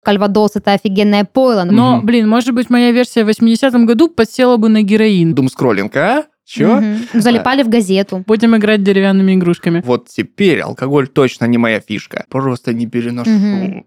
кальвадос — это офигенное пойло. Но, может быть, моя версия в 80-м году подсела бы на героин. Думскроллинг, а? Чё? Залипали в газету. Будем играть деревянными игрушками. Вот теперь алкоголь точно не моя фишка. Просто не переношу.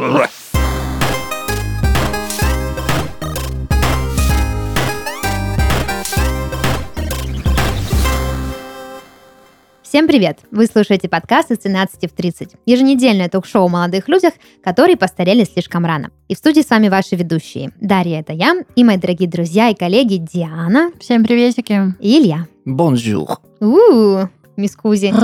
Всем привет! Вы слушаете подкаст «Из 13 в 30». Еженедельное ток-шоу о молодых людях, которые постарели слишком рано. И в студии с вами ваши ведущие. Дарья — это я, и мои дорогие друзья и коллеги Диана. Всем приветики. И Илья. Бонжур. Мисс Кузи.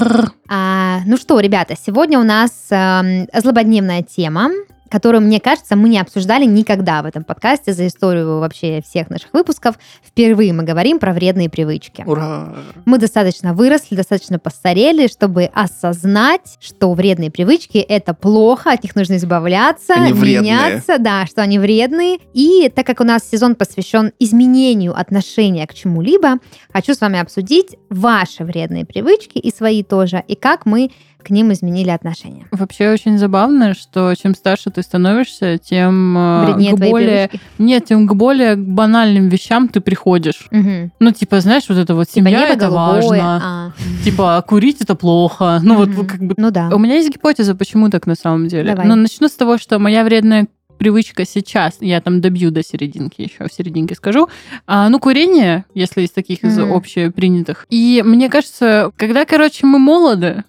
Ну что, ребята, сегодня у нас злободневная тема, которую, мне кажется, мы не обсуждали никогда в этом подкасте за историю вообще всех наших выпусков. Впервые мы говорим про вредные привычки. Ура! Мы достаточно выросли, достаточно постарели, чтобы осознать, что вредные привычки — это плохо, от них нужно избавляться, они меняться, да, что они вредные. И так как у нас сезон посвящен изменению отношения к чему-либо, хочу с вами обсудить ваши вредные привычки и свои тоже, и как мы к ним изменили отношения. Вообще очень забавно, что чем старше ты становишься, тем вреднее твои привычки. Нет, тем к более банальным вещам ты приходишь. Угу. Ну, типа, знаешь, вот это вот семья — это важно. Типа, курить — это плохо. Ну, вот как бы... Ну да. У меня есть гипотеза, почему так на самом деле. Давай. Но начну с того, что моя вредная привычка сейчас, я там добью до серединки, еще в серединке скажу, курение, если из таких из общепринятых. И мне кажется, когда, мы молоды,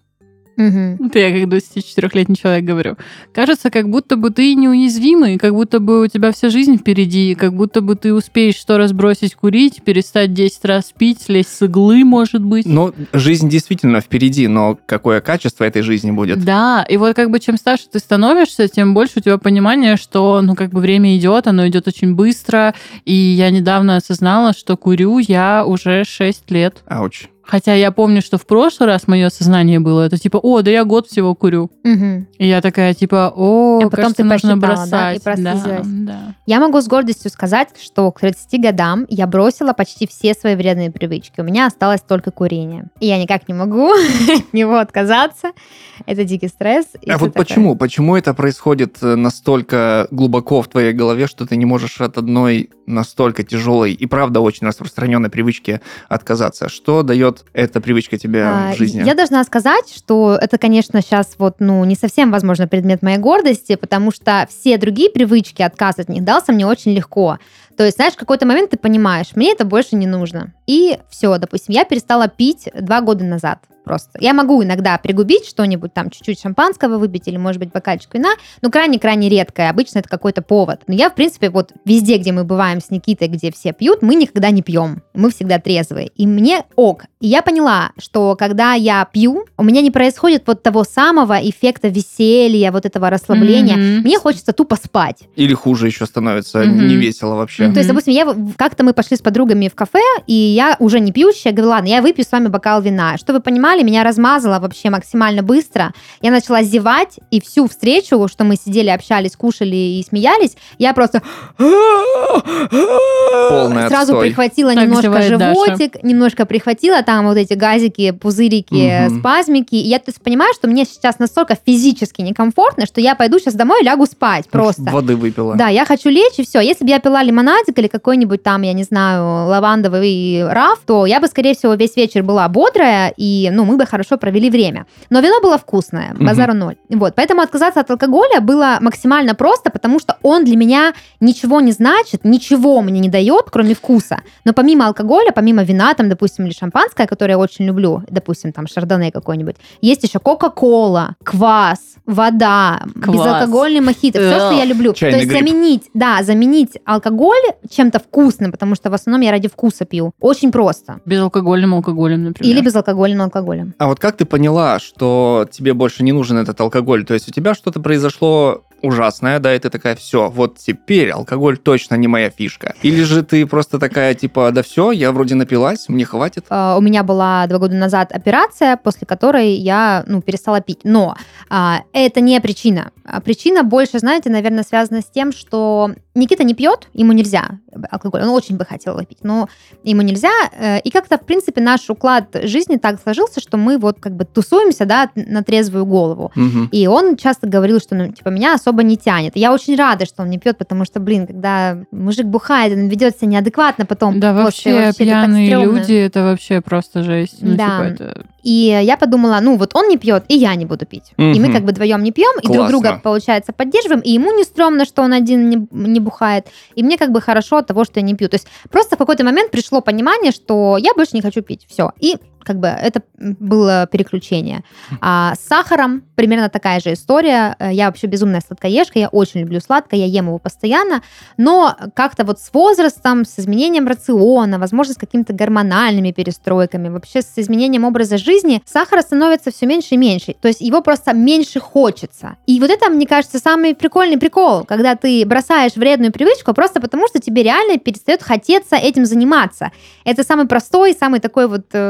это я как 24-летний человек говорю. Кажется, как будто бы ты неуязвимый, как будто бы у тебя вся жизнь впереди, как будто бы ты успеешь что раз бросить курить, перестать 10 раз пить, слезть с иглы, может быть. Ну, жизнь действительно впереди, но какое качество этой жизни будет? Да, и вот чем старше ты становишься, тем больше у тебя понимание, что, время идет, оно идет очень быстро, и я недавно осознала, что курю я уже 6 лет. Ауч. Хотя я помню, что в прошлый раз мое сознание было, это да я год всего курю. И я такая, кажется, нужно бросать. Да, и прослезилась. Да. Я могу с гордостью сказать, что к 30 годам я бросила почти все свои вредные привычки. У меня осталось только курение. И я никак не могу от него отказаться. Это дикий стресс. А вот почему? Почему это происходит настолько глубоко в твоей голове, что ты не можешь от одной настолько тяжелой и, правда, очень распространенной привычки отказаться? Что дает эта привычка тебе в жизни? Я должна сказать, что это, конечно, сейчас не совсем, возможно, предмет моей гордости, потому что все другие привычки, отказ от них дался мне очень легко. То есть, знаешь, в какой-то момент ты понимаешь, мне это больше не нужно. И все, допустим, я перестала пить 2 года назад. Просто. Я могу иногда пригубить что-нибудь, там, чуть-чуть шампанского выпить или, может быть, бокальчик вина, но крайне-крайне редко, и обычно это какой-то повод. Но я, в принципе, везде, где мы бываем с Никитой, где все пьют, мы никогда не пьем. Мы всегда трезвые. И мне ок. И я поняла, что когда я пью, у меня не происходит того самого эффекта веселья, этого расслабления. Мне хочется тупо спать. Или хуже еще становится, не весело вообще. То есть, допустим, как-то мы пошли с подругами в кафе, и я уже не пьющая, говорю, ладно, я выпью с вами бокал вина. Что вы понимали, меня размазало вообще максимально быстро. Я начала зевать, и всю встречу, что мы сидели, общались, кушали и смеялись, я просто сразу прихватила немножко животик, Даша. Немножко прихватила там эти газики, пузырики, спазмики. И я понимаю, что мне сейчас настолько физически некомфортно, что я пойду сейчас домой и лягу спать просто. Воды выпила. Да, я хочу лечь, и все. Если бы я пила лимонадик или какой-нибудь там, я не знаю, лавандовый раф, то я бы, скорее всего, весь вечер была бодрая, и, мы бы хорошо провели время. Но вино было вкусное, базару ноль. Поэтому отказаться от алкоголя было максимально просто, потому что он для меня ничего не значит, ничего мне не дает, кроме вкуса. Но помимо алкоголя, помимо вина, там, допустим, или шампанское, которое я очень люблю, допустим, там, шардоне какой-нибудь, есть еще кока-кола, квас, вода, безалкогольный мохито, все, что я люблю. Чайный То есть заменить алкоголь чем-то вкусным, потому что в основном я ради вкуса пью. Очень просто. Безалкогольным алкоголем, например. Или безалкогольным алкоголем. А вот как ты поняла, что тебе больше не нужен этот алкоголь? То есть у тебя что-то произошло ужасное, да, и ты такая, все, вот теперь алкоголь точно не моя фишка. Или же ты просто такая, да все, я вроде напилась, мне хватит? У меня была 2 года назад операция, после которой я, перестала пить. Но это не причина. Причина больше, знаете, наверное, связана с тем, что Никита не пьет, ему нельзя алкоголь. Он очень бы хотел его пить, но ему нельзя. И как-то, в принципе, наш уклад жизни так сложился, что мы тусуемся, да, на трезвую голову. И он часто говорил, что, меня особо особо не тянет. Я очень рада, что он не пьет, потому что, когда мужик бухает, он ведет себя неадекватно потом. Да, вообще пьяные люди, это вообще просто жесть. Да. И я подумала, он не пьет, и я не буду пить. И мы вдвоем не пьем, и друг друга, получается, поддерживаем, и ему не стрёмно, что он один не бухает, и мне хорошо от того, что я не пью. То есть просто в какой-то момент пришло понимание, что я больше не хочу пить. Все. И это было переключение. А с сахаром примерно такая же история. Я вообще безумная сладкоежка, я очень люблю сладкое, я ем его постоянно, но как-то с возрастом, с изменением рациона, возможно, с какими-то гормональными перестройками, вообще с изменением образа жизни, сахара становится все меньше и меньше. То есть его просто меньше хочется. И это, мне кажется, самый прикольный прикол, когда ты бросаешь вредную привычку просто потому, что тебе реально перестает хотеться этим заниматься. Это самый простой, самый такой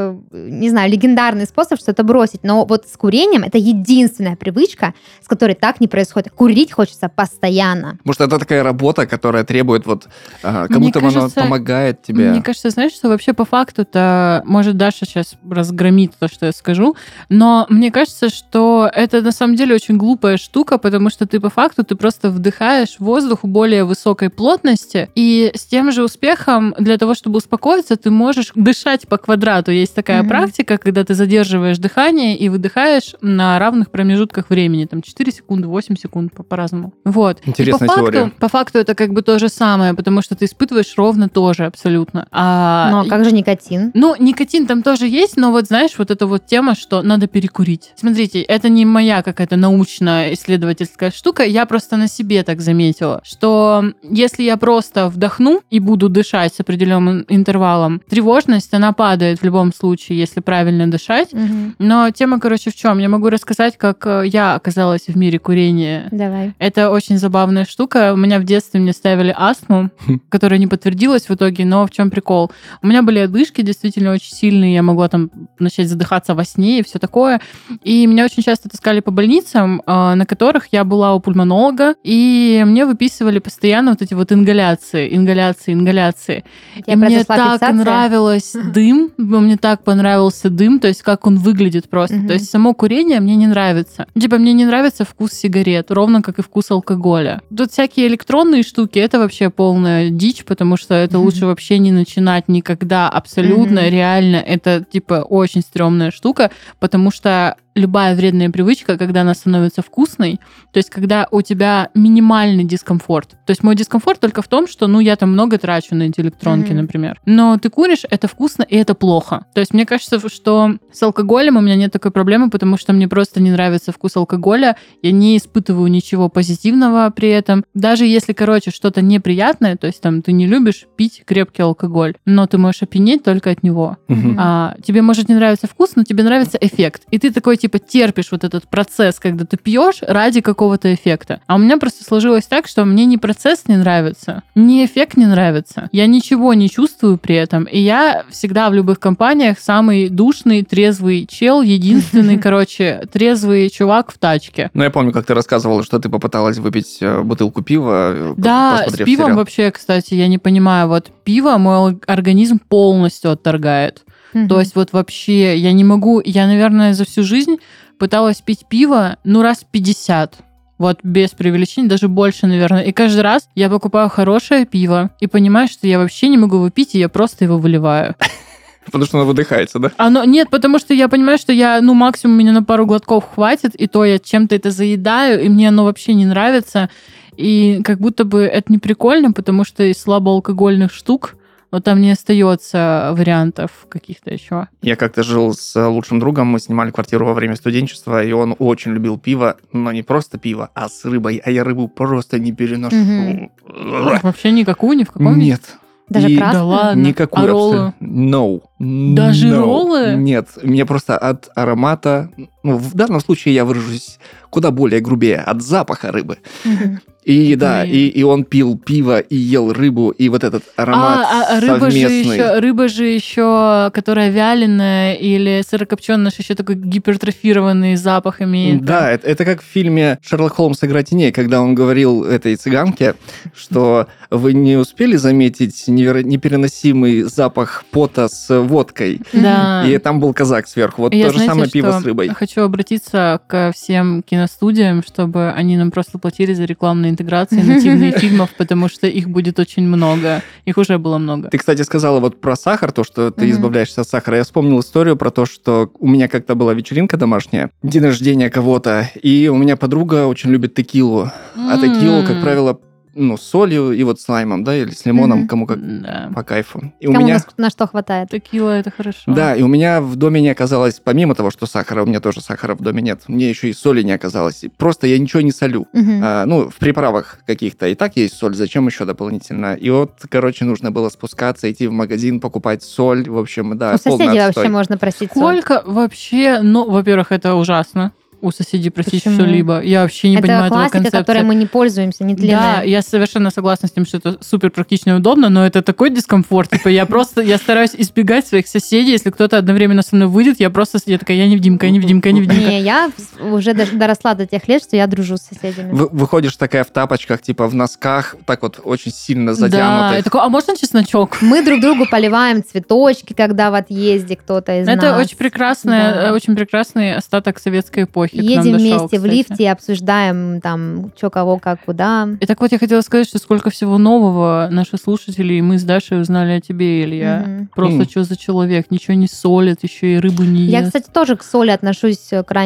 не знаю, легендарный способ что-то бросить, но с курением это единственная привычка, с которой так не происходит. Курить хочется постоянно. Может, это такая работа, которая требует кому-то оно помогает тебе. Мне кажется, знаешь, что вообще по факту-то, может, Даша сейчас разгромит то, что я скажу, но мне кажется, что это на самом деле очень глупая штука, потому что ты по факту просто вдыхаешь воздух более высокой плотности, и с тем же успехом для того, чтобы успокоиться, ты можешь дышать по квадрату. Есть такая практика, когда ты задерживаешь дыхание и выдыхаешь на равных промежутках времени, 4 секунды, 8 секунд, по-разному. Интересная теория. По факту это то же самое, потому что ты испытываешь ровно то же абсолютно. Но как же никотин? Никотин там тоже есть, но знаешь, эта тема, что надо перекурить. Смотрите, это не моя какая-то научная исследовательская штука, я просто на себе так заметила, что если я просто вдохну и буду дышать с определенным интервалом, тревожность, она падает в любом случае, если правильно дышать. Но тема, в чем? Я могу рассказать, как я оказалась в мире курения. Давай. Это очень забавная штука. У меня в детстве мне ставили астму, которая не подтвердилась в итоге, но в чем прикол? У меня были одышки действительно очень сильные, я могла начать задыхаться во сне и все такое. И меня очень часто таскали по больницам, на которых я была у пульмонолога, и мне выписывали постоянно эти ингаляции. И мне так нравилось дым, мне так понравился дым, то есть как он выглядит просто. То есть само курение мне не нравится. Мне не нравится вкус сигарет, ровно как и вкус алкоголя. Тут всякие электронные штуки, это вообще полная дичь, потому что это лучше вообще не начинать никогда абсолютно, реально. Это очень стрёмная штука, потому что любая вредная привычка, когда она становится вкусной, то есть когда у тебя минимальный дискомфорт. То есть мой дискомфорт только в том, что, я много трачу на эти электронки, например. Но ты куришь, это вкусно, и это плохо. То есть мне кажется, что с алкоголем у меня нет такой проблемы, потому что мне просто не нравится вкус алкоголя, я не испытываю ничего позитивного при этом. Даже если, что-то неприятное, то есть ты не любишь пить крепкий алкоголь, но ты можешь опьянеть только от него. Тебе может не нравиться вкус, но тебе нравится эффект. И ты такой терпишь этот процесс, когда ты пьешь ради какого-то эффекта. А у меня просто сложилось так, что мне ни процесс не нравится, ни эффект не нравится. Я ничего не чувствую при этом. И я всегда в любых компаниях самый душный, трезвый чел, единственный, трезвый чувак в тачке. Я помню, как ты рассказывала, что ты попыталась выпить бутылку пива. Да, с пивом сериал. Вообще, кстати, я не понимаю. Пиво мой организм полностью отторгает. То есть вообще я не могу... Я, наверное, за всю жизнь пыталась пить пиво, раз 50. Без преувеличения, даже больше, наверное. И каждый раз я покупаю хорошее пиво и понимаю, что я вообще не могу его пить, и я просто его выливаю. Потому что оно выдыхается, да? Нет, потому что я понимаю, что я, максимум меня на пару глотков хватит, и то я чем-то это заедаю, и мне оно вообще не нравится. И как будто бы это не прикольно, потому что из слабоалкогольных штук но там не остается вариантов каких-то еще. Я как-то жил с лучшим другом, мы снимали квартиру во время студенчества, и он очень любил пиво, но не просто пиво, а с рыбой, а я рыбу просто не переношу. Вообще никакую, ни в каком? Нет. Даже красную? Да ладно. Никакую. А роллы? No. Даже роллы? Нет. Мне просто от аромата... в данном случае я выражусь куда более грубее. От запаха рыбы. И да, и он пил пиво и ел рыбу, и этот аромат совместный. Рыба же еще, которая вяленая или сырокопченая, еще такой гипертрофированный запах имеет. Да, это как в фильме «Шерлок Холмс. Игра теней», когда он говорил этой цыганке, что вы не успели заметить непереносимый запах пота с водкой. Да. И там был казак сверху. Вот Я, то же знаете, самое пиво что с рыбой. Хочу обратиться ко всем киностудиям, чтобы они нам просто платили за рекламные интеграции нативных фильмов, потому что их будет очень много. Их уже было много. Ты, кстати, сказала вот про сахар, то, что ты избавляешься от сахара. Я вспомнил историю про то, что у меня как-то была вечеринка домашняя, день рождения кого-то, и у меня подруга очень любит текилу. А текилу, как правило, с солью и вот с лаймом, да, или с лимоном, кому как по кайфу. И Кому у меня... на что хватает. Текила — это хорошо. Да, и у меня в доме не оказалось, помимо того, что сахара, у меня тоже сахара в доме нет, мне еще и соли не оказалось. Просто я ничего не солю. В приправах каких-то и так есть соль, зачем еще дополнительно? И вот, короче, нужно было спускаться, идти в магазин, покупать соль, в общем, да, У полный соседей отстой. вообще можно просить соль. Сколько вообще... во-первых, это ужасно. У соседей просить Почему? что-либо. Я вообще не понимаю этого классика, концепции. которой мы не пользуемся, не длинная. Да, я совершенно согласна с тем, что это супер практично и удобно, но это такой дискомфорт. Типа я стараюсь избегать своих соседей. Если кто-то одновременно со мной выйдет, я такая, я невидимка, я невидимка, я невидимка. Не, я уже доросла до тех лет, что я дружу с соседями. Выходишь такая в тапочках, типа в носках, так вот очень сильно затянутых. Да, я такой, а можно чесночок? Мы друг другу поливаем цветочки, когда в отъезде кто-то из нас. Это очень прекрасный остаток советской эпохи. Едем вместе в лифте и обсуждаем там, что, кого, как, куда. И так вот я хотела сказать, что сколько всего нового наши слушатели и мы с Дашей узнали о тебе, Илья. Просто что за человек? Ничего не солит, еще и рыбу не ест. Я, кстати, тоже к соли отношусь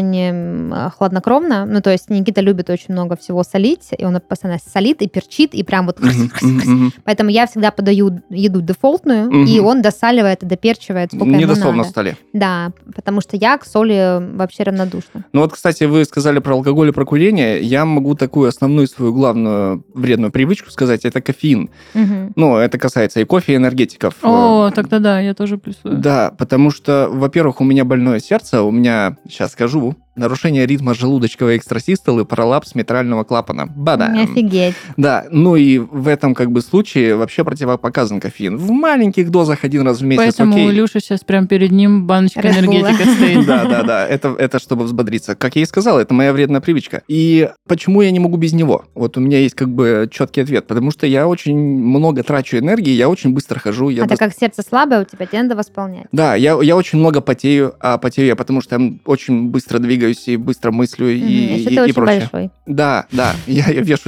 крайне хладнокровно. Ну, то есть Никита любит очень много всего солить, и он постоянно солит и перчит, и прям вот... Поэтому я всегда подаю еду дефолтную, и он досаливает и доперчивает, сколько ему Недосол на надо. столе. Да, потому что я к соли вообще равнодушна. Ну вот, кстати, вы сказали про алкоголь и про курение. Я могу такую основную свою главную вредную привычку сказать, это кофеин. Ну, это касается и кофе, и энергетиков. О, тогда да, я тоже плюсую. Да, потому что, во-первых, у меня больное сердце, у меня, сейчас скажу, нарушение ритма желудочковой экстрасистолы, пролапс митрального клапана. Бада. Офигеть. Да, ну и в этом случае вообще противопоказан кофеин. В маленьких дозах один раз в месяц, Поэтому окей. у Илюши сейчас прям перед ним баночка Red Bull. энергетика стоит. Да, это чтобы взбодриться. Как я и сказал, это моя вредная привычка. И почему я не могу без него? Вот у меня есть четкий ответ. Потому что я очень много трачу энергии, я очень быстро хожу. Так как сердце слабое, у тебя тебе надо восполнять. Да, я очень много потею, а потею я потому, что я очень быстро двигаюсь и быстро мыслю и ты очень прочее. большой. Да, я вешу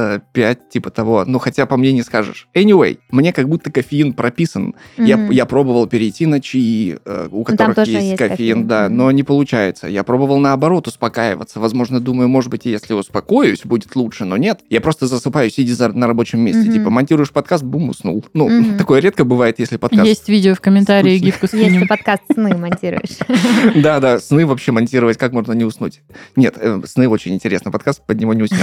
95, типа того. Ну, хотя по мне не скажешь. Anyway, мне как будто кофеин прописан. Я пробовал перейти на чаи, у которых тоже есть есть кофеин, кофеин. да, но не получается. Я пробовал наоборот успокаиваться. Возможно, думаю, может быть, если успокоюсь, будет лучше, но нет. Я просто засыпаю, сидя на рабочем месте. Типа, монтируешь подкаст, бум, уснул. Ну, такое редко бывает, если подкаст... Есть видео в комментарии, скучный. гифку Если скинем. подкаст сны монтируешь. Да, сны вообще монтировать, как можно не уснуть? Нет, сны очень интересно, подкаст под него не уснешь.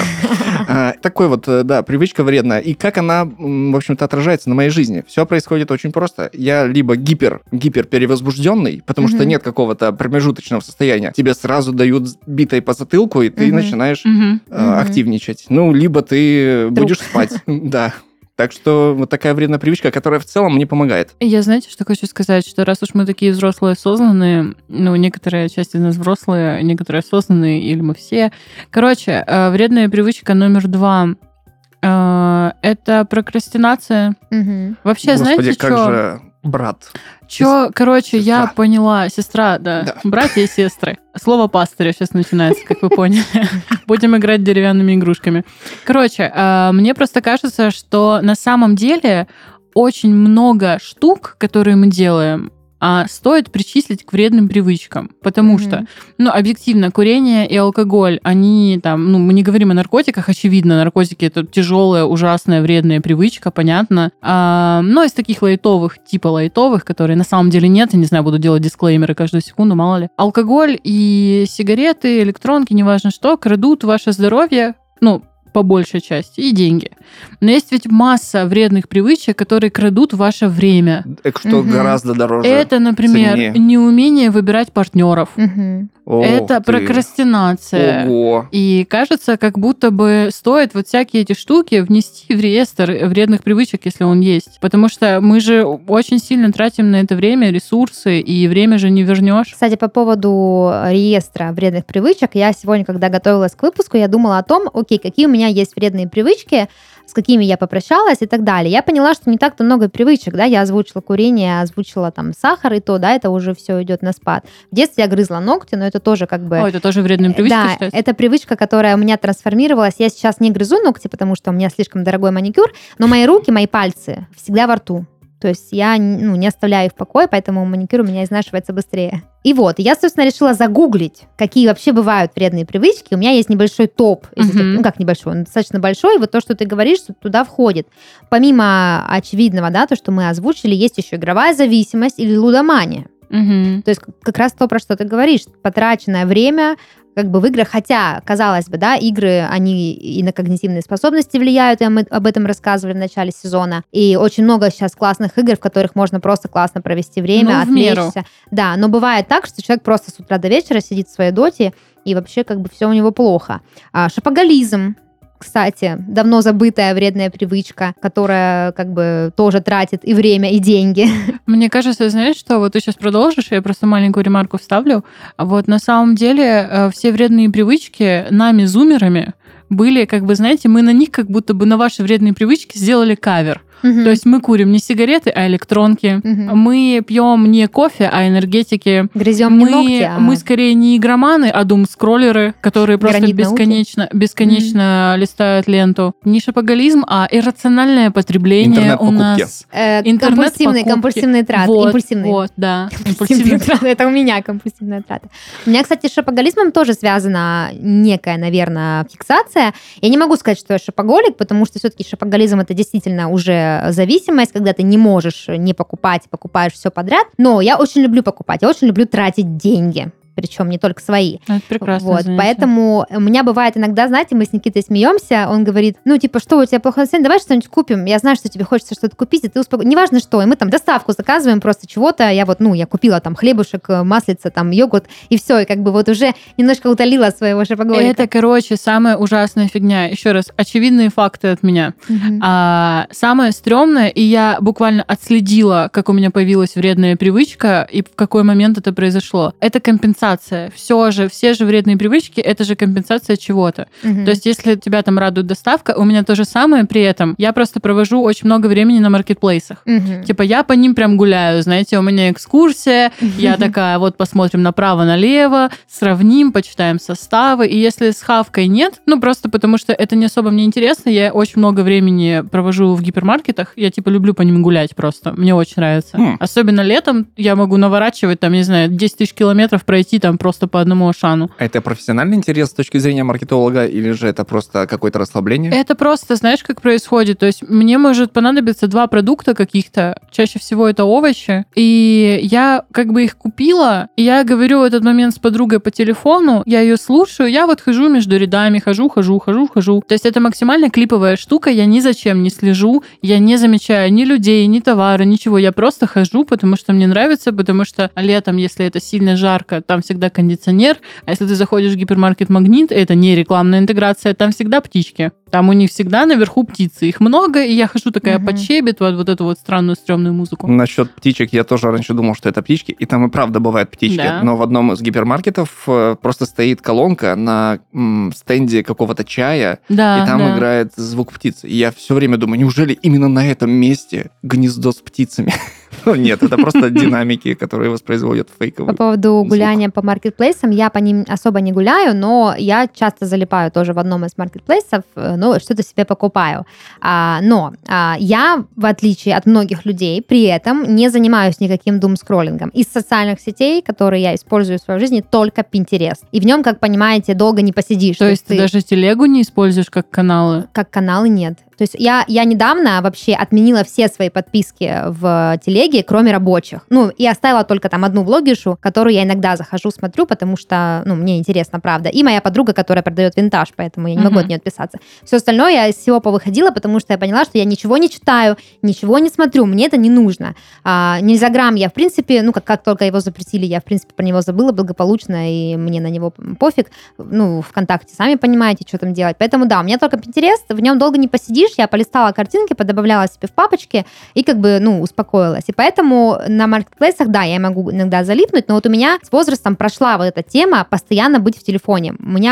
Такой вот, да, привычка вредная. И как она, в общем-то, отражается на моей жизни? Все происходит очень просто. Я либо гипер перевозбужденный, потому что нет какого-то промежуточного состояния. Тебе сразу дают битой по затылку, и ты начинаешь активничать. Ну, либо ты будешь спать. Да. Так что вот такая вредная привычка, которая в целом мне помогает. Я, знаете, что хочу сказать, что раз уж мы такие взрослые осознанные, ну, некоторая часть из нас взрослые, некоторые осознанные, или мы все. Короче, вредная привычка номер 2 это прокрастинация. Вообще, Господи, знаете, как что... же брат. Короче, Сестра. я поняла. Сестра, да. Братья и сестры. Слово пастыря сейчас начинается, как вы поняли. Будем играть деревянными игрушками. Короче, мне просто кажется, что на самом деле очень много штук, которые мы делаем, стоит причислить к вредным привычкам. Потому что, объективно, курение и алкоголь, они там, мы не говорим о наркотиках, очевидно, наркотики — это тяжелая, ужасная, вредная привычка, понятно. Но из таких лайтовых, которые на самом деле нет, я не знаю, буду делать дисклеймеры каждую секунду, мало ли. Алкоголь и сигареты, электронки, неважно что, крадут ваше здоровье, по большей части, и деньги. Но есть ведь масса вредных привычек, которые крадут ваше время. Что гораздо дороже. Это, например, ценнее. неумение выбирать партнеров. Ох Это ты. прокрастинация. Ого. И кажется, как будто бы стоит вот всякие эти штуки внести в реестр вредных привычек, если он есть. Потому что мы же очень сильно тратим на это время, ресурсы, и время же не вернешь. Кстати, по поводу реестра вредных привычек, я сегодня, когда готовилась к выпуску, я думала о том, окей, какие у меня есть вредные привычки, с какими я попрощалась и так далее. Я поняла, что не так-то много привычек, да, я озвучила курение, озвучила там сахар, и то, да, это уже все идет на спад. В детстве я грызла ногти, но это тоже как бы... Это тоже вредная привычка, да, считается? это привычка, которая у меня трансформировалась. Я сейчас не грызу ногти, потому что у меня слишком дорогой маникюр, но мои руки, мои пальцы всегда во рту. То есть я не оставляю их в покое, поэтому маникюр у меня изнашивается быстрее. И вот, я, собственно, решила загуглить, какие вообще бывают вредные привычки. У меня есть небольшой топ, как небольшой, он достаточно большой. И вот то, что ты говоришь, туда входит. Помимо очевидного, да, то, что мы озвучили, есть еще игровая зависимость или лудомания. То есть как раз то, про что ты говоришь. Потраченное время как бы в играх, хотя, казалось бы, да, игры, они и на когнитивные способности влияют, и мы об этом рассказывали в начале сезона. И очень много сейчас классных игр, в которых можно просто классно провести время, отвлечься. Да, но бывает так, что человек просто с утра до вечера сидит в своей доте, и вообще как бы все у него плохо. Шопоголизм. Кстати, давно забытая вредная привычка, которая как бы тоже тратит и время, и деньги. Мне кажется, знаешь, что вот ты сейчас продолжишь, я просто маленькую ремарку вставлю. Вот на самом деле все вредные привычки нами, зумерами, были, как бы, знаете, мы на них как будто бы на ваши вредные привычки сделали кавер. То есть мы курим не сигареты, а электронки. Мы пьем не кофе, а энергетики. Грызем не ногти, мы скорее не игроманы, а думскроллеры, которые просто бесконечно листают ленту. Не шопоголизм, а иррациональное потребление у нас. Компульсивные траты. Импульсивные. Вот, да. Импульсивные траты. Это у меня компульсивная трата. У меня, кстати, с шопоголизмом тоже связана некая, наверное, фиксация. Я не могу сказать, что я шопоголик, потому что все-таки шопоголизм это действительно уже зависимость, когда ты не можешь не покупать, покупаешь все подряд. Но я очень люблю покупать, я очень люблю тратить деньги. Причем не только свои. Это прекрасно. Вот, поэтому у меня бывает иногда, знаете, мы с Никитой смеемся, он говорит, что у тебя плохое настроение, давай что-нибудь купим. Я знаю, что тебе хочется что-то купить, и ты неважно что, и мы там доставку заказываем просто чего-то. Я купила там хлебушек, маслица, там йогурт, и все, и как бы вот уже немножко утолила своего шопоголика. Это, самая ужасная фигня. Еще раз, очевидные факты от меня. Самое стрёмное, и я буквально отследила, как у меня появилась вредная привычка, и в какой момент это произошло. Это компенсация. Все же вредные привычки, это же компенсация чего-то. То есть, если тебя там радует доставка, у меня то же самое, при этом я просто провожу очень много времени на маркетплейсах. Типа, я по ним прям гуляю, знаете, у меня экскурсия, я такая, вот посмотрим направо-налево, сравним, почитаем составы, и если с хавкой нет, просто потому что это не особо мне интересно, я очень много времени провожу в гипермаркетах, я типа люблю по ним гулять просто, мне очень нравится. Особенно летом я могу наворачивать, там, не знаю, 10 тысяч километров пройти там просто по одному Ашану. Это профессиональный интерес с точки зрения маркетолога или же это просто какое-то расслабление? Это просто, знаешь, как происходит. То есть мне может понадобиться 2 продукта каких-то, чаще всего это овощи, и я как бы их купила, и я говорю в этот момент с подругой по телефону, я ее слушаю, я вот хожу между рядами, хожу. То есть это максимально клиповая штука, я ни зачем не слежу, я не замечаю ни людей, ни товара, ничего, я просто хожу, потому что мне нравится, потому что летом, если это сильно жарко, там всегда кондиционер, а если ты заходишь в гипермаркет «Магнит», это не рекламная интеграция, там всегда птички. Там у них всегда наверху птицы. Их много, и я хожу такая под щебет, вот эту вот странную, стрёмную музыку. Насчет птичек я тоже раньше думал, что это птички, и там и правда бывают птички. Да. Но в одном из гипермаркетов просто стоит колонка на стенде какого-то чая, и там играет звук птицы. И я все время думаю, неужели именно на этом месте гнездо с птицами? Нет, это просто динамики, которые воспроизводят фейковый звук. По поводу гуляния по маркетплейсам, я по ним особо не гуляю, но я часто залипаю тоже в одном из маркетплейсов, что-то себе покупаю. Но я, в отличие от многих людей, при этом не занимаюсь никаким думскроллингом. Из социальных сетей, которые я использую в своей жизни, только Pinterest. И в нем, как понимаете, долго не посидишь. То есть ты даже телегу не используешь как каналы? Как каналы нет. То есть я недавно вообще отменила все свои подписки в телеге, кроме рабочих. И оставила только там одну блогершу, которую я иногда захожу, смотрю, потому что, мне интересно, правда. И моя подруга, которая продает винтаж, поэтому я не могу от нее отписаться. Все остальное я из всего повыходила, потому что я поняла, что я ничего не читаю, ничего не смотрю, мне это не нужно. Нельзяграм я, в принципе, как только его запретили, я, в принципе, про него забыла благополучно, и мне на него пофиг. ВКонтакте, сами понимаете, что там делать. Поэтому, да, у меня только Pinterest, в нем долго не посидишь, сидишь, я полистала картинки, подобавляла себе в папочки и как бы, успокоилась. И поэтому на маркетплейсах, да, я могу иногда залипнуть, но вот у меня с возрастом прошла вот эта тема постоянно быть в телефоне.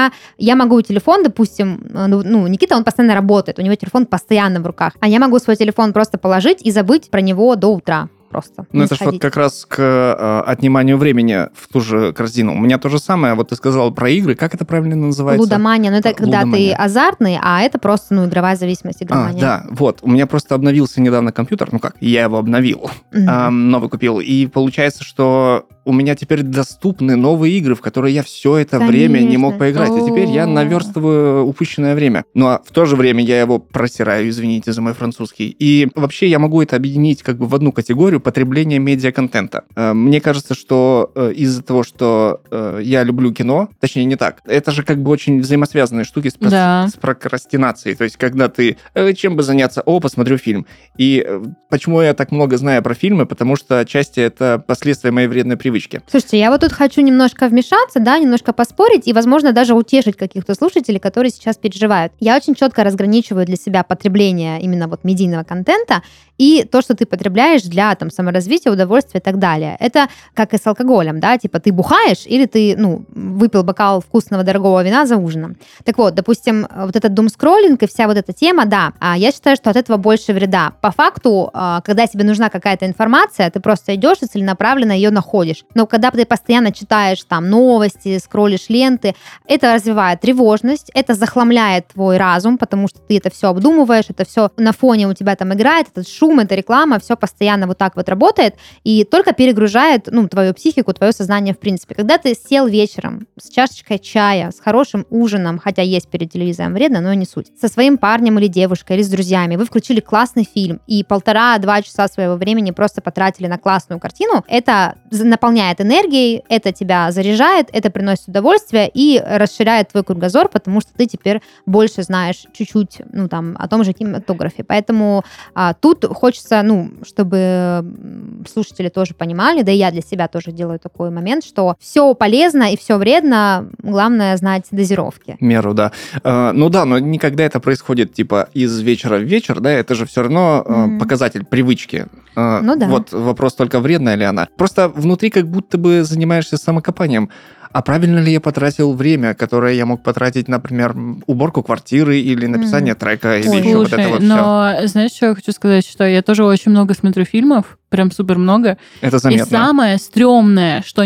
Я могу телефон, допустим, Никита, он постоянно работает, у него телефон постоянно в руках, а я могу свой телефон просто положить и забыть про него до утра. Просто. Это же вот как раз к отниманию времени в ту же корзину. У меня то же самое. Вот ты сказал про игры. Как это правильно называется? Лудомания. Это когда ты азартный, а это просто, игровая зависимость, игромания. Да, вот. У меня просто обновился недавно компьютер. Я его обновил. Новый купил. И получается, что у меня теперь доступны новые игры, в которые я все это время не мог поиграть. И теперь я наверстываю упущенное время. А в то же время я его просираю, извините за мой французский. И вообще я могу это объединить как бы в одну категорию потребления медиаконтента. Мне кажется, что из-за того, что я люблю кино, точнее не так, это же как бы очень взаимосвязанные штуки с прокрастинацией. То есть когда ты чем бы заняться? Посмотрю фильм. И почему я так много знаю про фильмы? Потому что отчасти это последствия моей вредной привычки. Слушайте, я вот тут хочу немножко вмешаться, немножко поспорить и, возможно, даже утешить каких-то слушателей, которые сейчас переживают. Я очень четко разграничиваю для себя потребление именно вот медийного контента и то, что ты потребляешь для саморазвития, удовольствия и так далее. Это как и с алкоголем, типа ты бухаешь или ты, выпил бокал вкусного дорогого вина за ужином. Так вот, допустим, вот этот думскроллинг и вся вот эта тема, я считаю, что от этого больше вреда. По факту, когда тебе нужна какая-то информация, ты просто идешь и целенаправленно ее находишь. Но когда ты постоянно читаешь новости, скроллишь ленты, это развивает тревожность, это захламляет твой разум, потому что ты это все обдумываешь, это все на фоне у тебя играет, этот шум, эта реклама, все постоянно вот так вот работает и только перегружает, твою психику, твое сознание в принципе. Когда ты сел вечером с чашечкой чая, с хорошим ужином, хотя есть перед телевизором вредно, но не суть, со своим парнем или девушкой, или с друзьями, вы включили классный фильм и 1,5-2 часа своего времени просто потратили на классную картину, это наполняет энергией, это тебя заряжает, это приносит удовольствие и расширяет твой кругозор, потому что ты теперь больше знаешь чуть-чуть, о том же кинематографе. Поэтому тут хочется, чтобы слушатели тоже понимали, да и я для себя тоже делаю такой момент, что все полезно и все вредно, главное знать дозировки. Меру, да. Но никогда это происходит из вечера в вечер, это же все равно показатель привычки. Вот вопрос только, вредная ли она. Просто внутри как будто бы занимаешься самокопанием. А правильно ли я потратил время, которое я мог потратить, например, уборку квартиры или написание трека, или еще вот это вот но все. Знаешь, что я хочу сказать? Что я тоже очень много смотрю фильмов, прям супер много. Это заметно. И самое стрёмное, что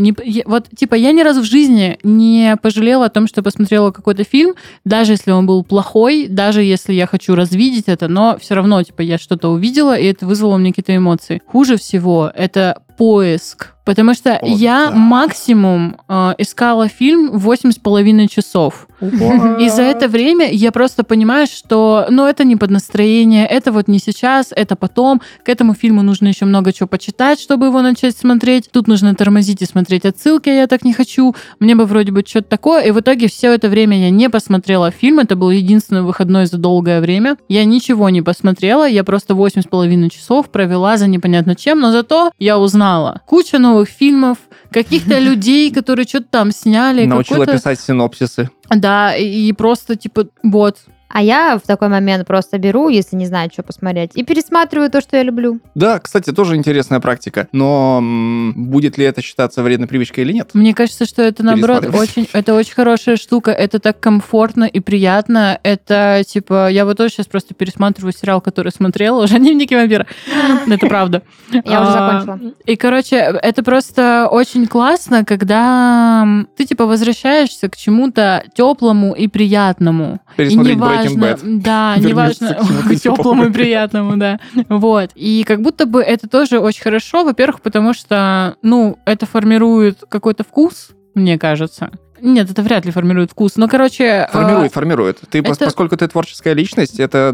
я ни разу в жизни не пожалела о том, что посмотрела какой-то фильм, даже если он был плохой, даже если я хочу развидеть это, но все равно, я что-то увидела, и это вызвало у меня какие-то эмоции. Хуже всего это поиск. Потому что я максимум искала фильм 8,5 часов. И за это время я просто понимаю, что это не под настроение, это вот не сейчас, это потом. К этому фильму нужно еще много чего почитать, чтобы его начать смотреть. Тут нужно тормозить и смотреть отсылки, а я так не хочу. Мне бы вроде бы что-то такое. И в итоге все это время я не посмотрела фильм. Это был единственный выходной за долгое время. Я ничего не посмотрела. Я просто 8,5 часов провела за непонятно чем. Но зато я узнала кучу новых фильмов, каких-то людей, которые что-то там сняли. Научила писать синопсисы. Да, и просто вот. А я в такой момент просто беру, если не знаю, что посмотреть, и пересматриваю то, что я люблю. Да, кстати, тоже интересная практика. Но будет ли это считаться вредной привычкой или нет? Мне кажется, что это, наоборот, это очень хорошая штука. Это так комфортно и приятно. Это, я вот тоже сейчас просто пересматриваю сериал, который смотрела, уже «Дневники вампира». Это правда. Я уже закончила. И, это просто очень классно, когда ты, возвращаешься к чему-то теплому и приятному. Пересмотреть Breaking Bad. Да, неважно, к теплому и приятному, да. Вот. И как будто бы это тоже очень хорошо, во-первых, потому что, это формирует какой-то вкус, мне кажется. Нет, это вряд ли формирует вкус. Но, Формирует. Поскольку ты творческая личность, это,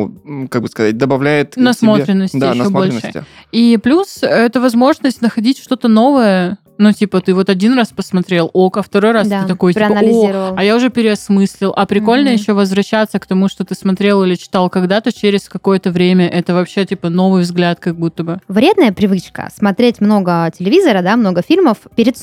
добавляет насмотренности тебе... еще больше. И плюс это возможность находить что-то новое. Ты вот один раз посмотрел, второй раз ты такой, а я уже переосмыслил. А прикольно еще возвращаться к тому, что ты смотрел или читал когда-то через какое-то время. Это вообще, новый взгляд как будто бы. Вредная привычка смотреть много телевизора, много фильмов перед сном.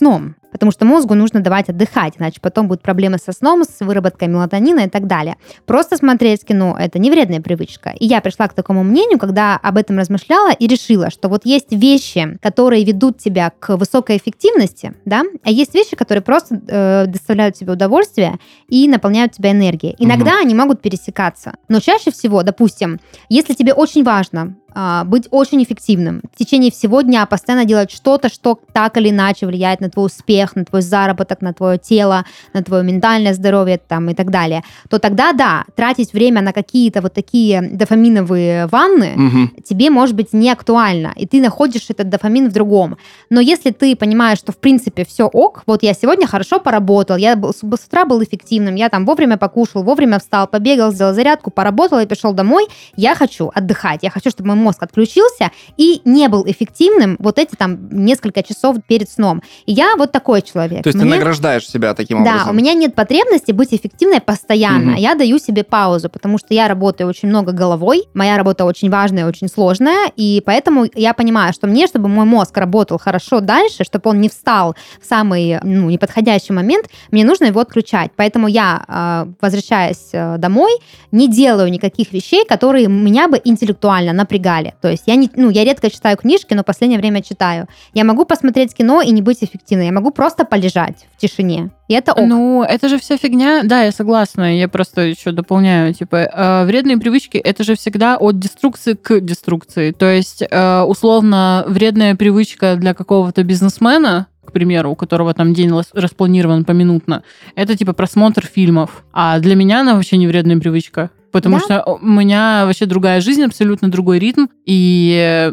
потому что мозгу нужно давать отдыхать, иначе потом будут проблемы со сном, с выработкой мелатонина и так далее. Просто смотреть кино – это не вредная привычка. И я пришла к такому мнению, когда об этом размышляла и решила, что вот есть вещи, которые ведут тебя к высокой эффективности, да, а есть вещи, которые просто доставляют тебе удовольствие и наполняют тебя энергией. Иногда они могут пересекаться, но чаще всего, допустим, если тебе очень важно быть очень эффективным, в течение всего дня постоянно делать что-то, что так или иначе влияет на твой успех, на твой заработок, на твое тело, на твое ментальное здоровье там, и так далее, то тогда, да, тратить время на какие-то вот такие дофаминовые ванны тебе, может быть, не актуально, и ты находишь этот дофамин в другом. Но если ты понимаешь, что, в принципе, все ок, вот я сегодня хорошо поработал, я с утра был эффективным, я там вовремя покушал, вовремя встал, побегал, сделал зарядку, поработал и пришел домой, я хочу отдыхать, я хочу, чтобы мой мозг отключился и не был эффективным вот эти там несколько часов перед сном. И я вот такой человек. То есть ты награждаешь себя таким образом? Да, у меня нет потребности быть эффективной постоянно. Я даю себе паузу, потому что я работаю очень много головой, моя работа очень важная, очень сложная, и поэтому я понимаю, что мне, чтобы мой мозг работал хорошо дальше, чтобы он не встал в самый неподходящий момент, мне нужно его отключать. Поэтому я, возвращаясь домой, не делаю никаких вещей, которые меня бы интеллектуально напрягали. То есть я редко читаю книжки, но в последнее время читаю. Я могу посмотреть кино и не быть эффективной. Я могу просто полежать в тишине. И это ок. Ну, это же вся фигня. Да, я согласна. Я просто еще дополняю. Вредные привычки — это же всегда от деструкции к деструкции. То есть, условно, вредная привычка для какого-то бизнесмена, к примеру, у которого там день распланирован поминутно, это просмотр фильмов. А для меня она вообще не вредная привычка. Потому что у меня вообще другая жизнь, абсолютно другой ритм. И,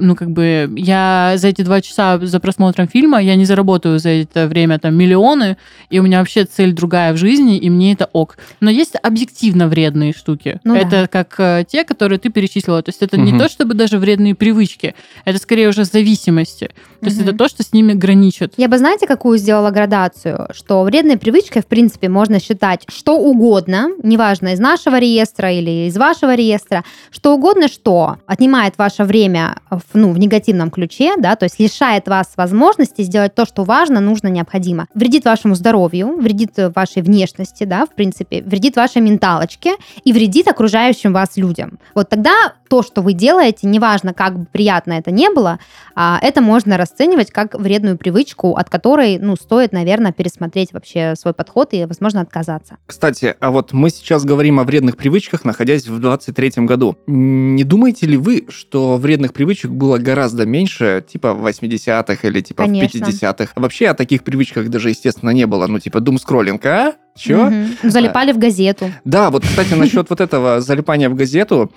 я за эти 2 часа за просмотром фильма, я не заработаю за это время миллионы, и у меня вообще цель другая в жизни, и мне это ок. Но есть объективно вредные штуки. Это как те, которые ты перечислила. То есть это не то, чтобы даже вредные привычки, это скорее уже зависимости. То есть это то, что с ними граничит. Я бы, знаете, какую сделала градацию? Что вредной привычкой, в принципе, можно считать что угодно, неважно, из нашего реестра или из вашего реестра, что угодно, что отнимает ваше время в негативном ключе, да, то есть лишает вас возможности сделать то, что важно, нужно, необходимо. Вредит вашему здоровью, вредит вашей внешности, да, в принципе, вредит вашей менталочке и вредит окружающим вас людям. Вот тогда то, что вы делаете, неважно, как бы приятно это не было, это можно расценивать как вредную привычку, от которой, стоит, наверное, пересмотреть вообще свой подход и, возможно, отказаться. Кстати, а вот мы сейчас говорим о вредных привычках, находясь в 23-м году. Не думаете ли вы, что вредных привычек было гораздо меньше, в 80-х или Конечно. в 50-х? Вообще о таких привычках даже, естественно, не было. думскроллинг, а? Чё? Залипали в газету. Да, вот, кстати, насчет вот этого залипания в газету,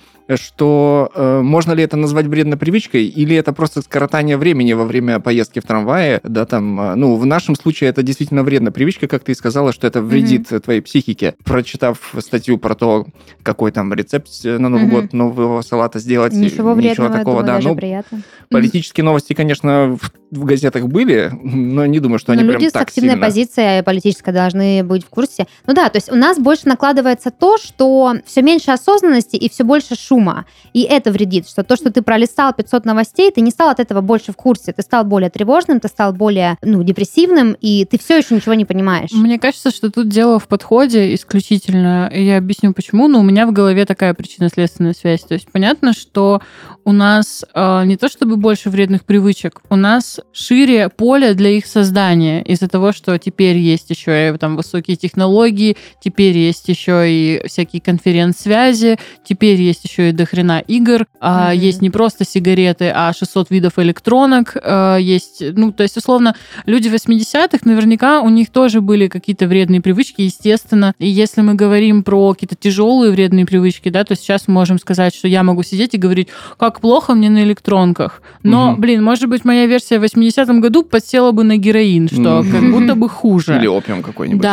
что можно ли это назвать вредной привычкой, или это просто скоротание времени во время поездки в трамвае, да, в нашем случае это действительно вредная привычка, как ты и сказала, что это вредит твоей психике. Прочитав статью про то, какой там рецепт на Новый год нового салата сделать, ничего вредного, такого, я думаю, даже приятно. Политические новости, конечно, в газетах были, но не думаю, что они прям так сильно. Люди с активной позицией политической должны быть в курсе. То есть у нас больше накладывается то, что все меньше осознанности и все больше шума. И это вредит, что то, что ты пролистал 500 новостей, ты не стал от этого больше в курсе. Ты стал более тревожным, ты стал более депрессивным, и ты все еще ничего не понимаешь. Мне кажется, что тут дело в подходе исключительно. И я объясню, почему. Но у меня в голове такая причинно-следственная связь. То есть понятно, что у нас не то чтобы больше вредных привычек, у нас шире поле для их создания из-за того, что теперь есть еще и высокие технологии, теперь есть еще и всякие конференц-связи, теперь есть еще и дохрена игр, есть не просто сигареты, а 600 видов электронок, есть, то есть, условно, люди 80-х, наверняка у них тоже были какие-то вредные привычки, естественно, и если мы говорим про какие-то тяжелые вредные привычки, да, то сейчас мы можем сказать, что я могу сидеть и говорить, как плохо мне на электронках, но, может быть, моя версия в 80-м году подсела бы на героин, что как будто бы хуже. Или опиум какой-нибудь. Да,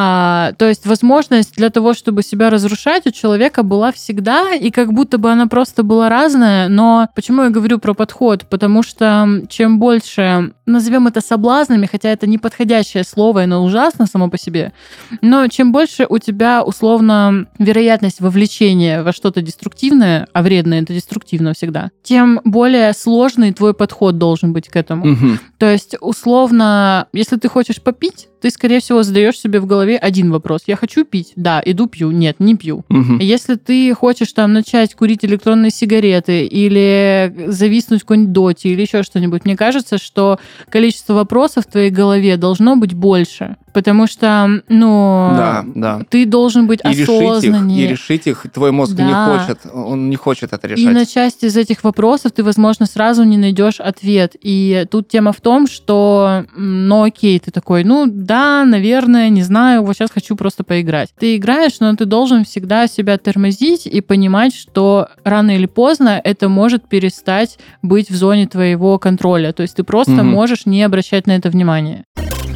То есть возможность для того, чтобы себя разрушать, у человека была всегда, и как будто бы она просто была разная. Но почему я говорю про подход? Потому что чем больше, назовем это соблазнами, хотя это не подходящее слово, оно ужасно само по себе, но чем больше у тебя условно вероятность вовлечения во что-то деструктивное, а вредное это деструктивно всегда, тем более сложный твой подход должен быть к этому. То есть, условно, если ты хочешь попить, ты, скорее всего, задаешь себе в голове один вопрос. Я хочу пить? Да, иду пью. Нет, не пью. Если ты хочешь там начать курить электронные сигареты или зависнуть в какой-нибудь доте или еще что-нибудь, мне кажется, что количество вопросов в твоей голове должно быть больше. Потому что, ты должен быть осознаннее. И решить их твой мозг не хочет. Он не хочет это решать. И на часть из этих вопросов ты, возможно, сразу не найдешь ответ. И тут тема в том, что, окей, ты такой, да, наверное, не знаю, вот сейчас хочу просто поиграть. Ты играешь, но ты должен всегда себя тормозить и понимать, что рано или поздно это может перестать быть в зоне твоего контроля. То есть ты просто можешь не обращать на это внимания.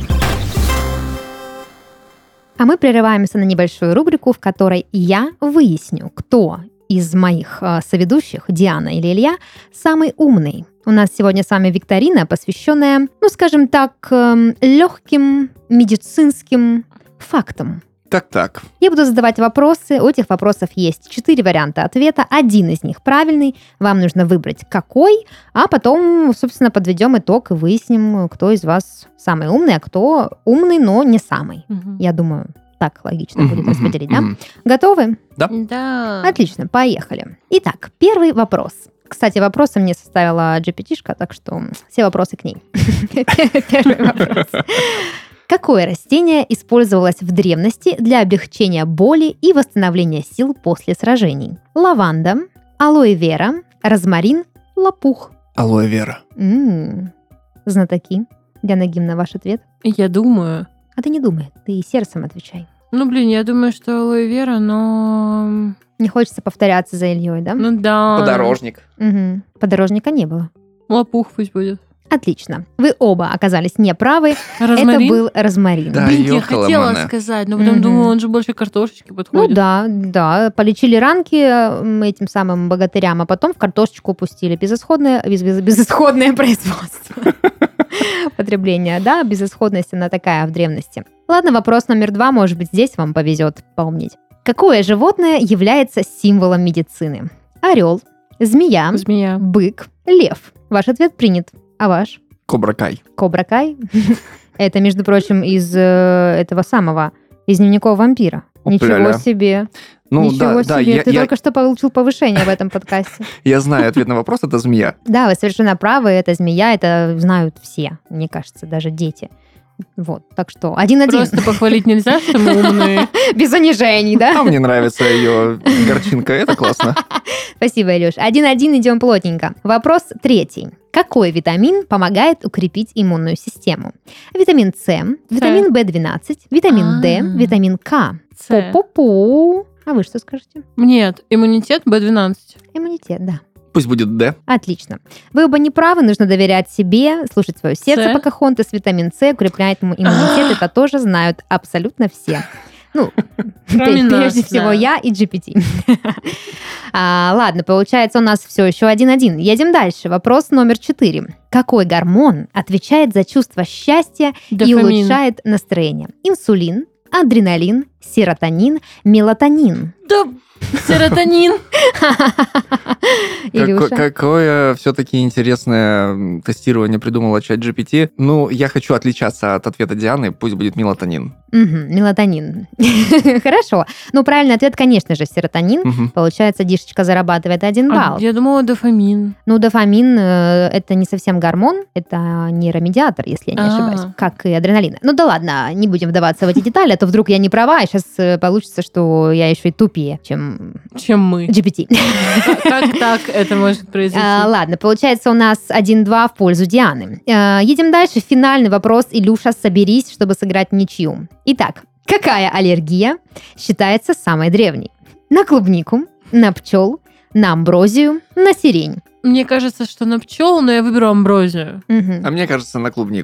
А мы прерываемся на небольшую рубрику, в которой я выясню, кто из моих соведущих, Диана или Илья, самый умный. У нас сегодня с вами викторина, посвященная, скажем так, легким медицинским фактам. Так. Я буду задавать вопросы. У этих вопросов есть 4 варианта ответа. Один из них правильный. Вам нужно выбрать какой, а потом, собственно, подведем итог и выясним, кто из вас самый умный, а кто умный, но не самый. Я думаю, так логично будет распределить, да? Готовы? Да. Отлично, поехали. Итак, первый вопрос. Кстати, вопросы мне составила GPT-шка, так что все вопросы к ней. Первый вопрос. Какое растение использовалось в древности для облегчения боли и восстановления сил после сражений? Лаванда, алоэ вера, розмарин, лопух. Алоэ вера. Знатоки. Диана Гимна, ваш ответ? Я думаю. А ты не думай, ты сердцем отвечай. Я думаю, что алоэ вера, но... Не хочется повторяться за Ильей, да? Да. Подорожник. Подорожника не было. Лопух пусть будет. Отлично. Вы оба оказались неправы. Розмарин? Это был розмарин. Да, я хотела сказать, но потом думаю, он же больше картошечки подходит. Да. Полечили ранки этим самым богатырям, а потом в картошечку упустили. Безысходное производство. Потребление, да, безысходность она такая в древности. Ладно, вопрос номер 2, может быть, здесь вам повезет поумнеть. Какое животное является символом медицины? Орел, змея, бык, лев. Ваш ответ принят. А ваш? Кобра Кай. Кобра Кай? Это, между прочим, из этого самого, из дневников вампира. Ничего себе. Ничего себе. Ты только что получил повышение в этом подкасте. Я знаю ответ на вопрос, это змея. Да, вы совершенно правы, это змея, это знают все, мне кажется, даже дети. Вот, так что 1-1. Просто похвалить нельзя, что мы умные. Без унижений, да? А мне нравится ее горчинка, это классно. Спасибо, Илюш. 1-1, идем плотненько. Вопрос 3. Какой витамин помогает укрепить иммунную систему? Витамин С, витамин В12, витамин D, витамин К. Пу-пу-пу. А вы что скажете? Нет, иммунитет B12. Иммунитет, да. Пусть будет D. Отлично. Вы оба не правы, нужно доверять себе, слушать свое сердце. Покахонтас, витамин С укрепляет иммунитет, это тоже знают абсолютно все. Прежде всего я и GPT. Ладно, получается у нас все еще 1-1. Едем дальше. Вопрос номер 4. Какой гормон отвечает за чувство счастья и улучшает настроение? Инсулин, адреналин, серотонин, мелатонин. Да, серотонин. Какое все-таки интересное тестирование придумала ChatGPT. Я хочу отличаться от ответа Дианы, пусть будет мелатонин. Мелатонин. Хорошо. Правильный ответ, конечно же, серотонин. Получается, Дишечка зарабатывает 1 балл. Я думала, дофамин. Дофамин это не совсем гормон, это нейромедиатор, если я не ошибаюсь, как и адреналин. Да ладно, не будем вдаваться в эти детали, а то вдруг я не права, и сейчас получится, что я еще и тупее, чем мы. GPT. Как так это может произойти? Ладно, получается у нас 1-2 в пользу Дианы. Едем дальше. Финальный вопрос. Илюша, соберись, чтобы сыграть в ничью. Итак, какая аллергия считается самой древней? На клубнику, на пчел, на амброзию, на сирень. Мне кажется, что на пчел, но я выберу амброзию. А мне кажется, на клубнику.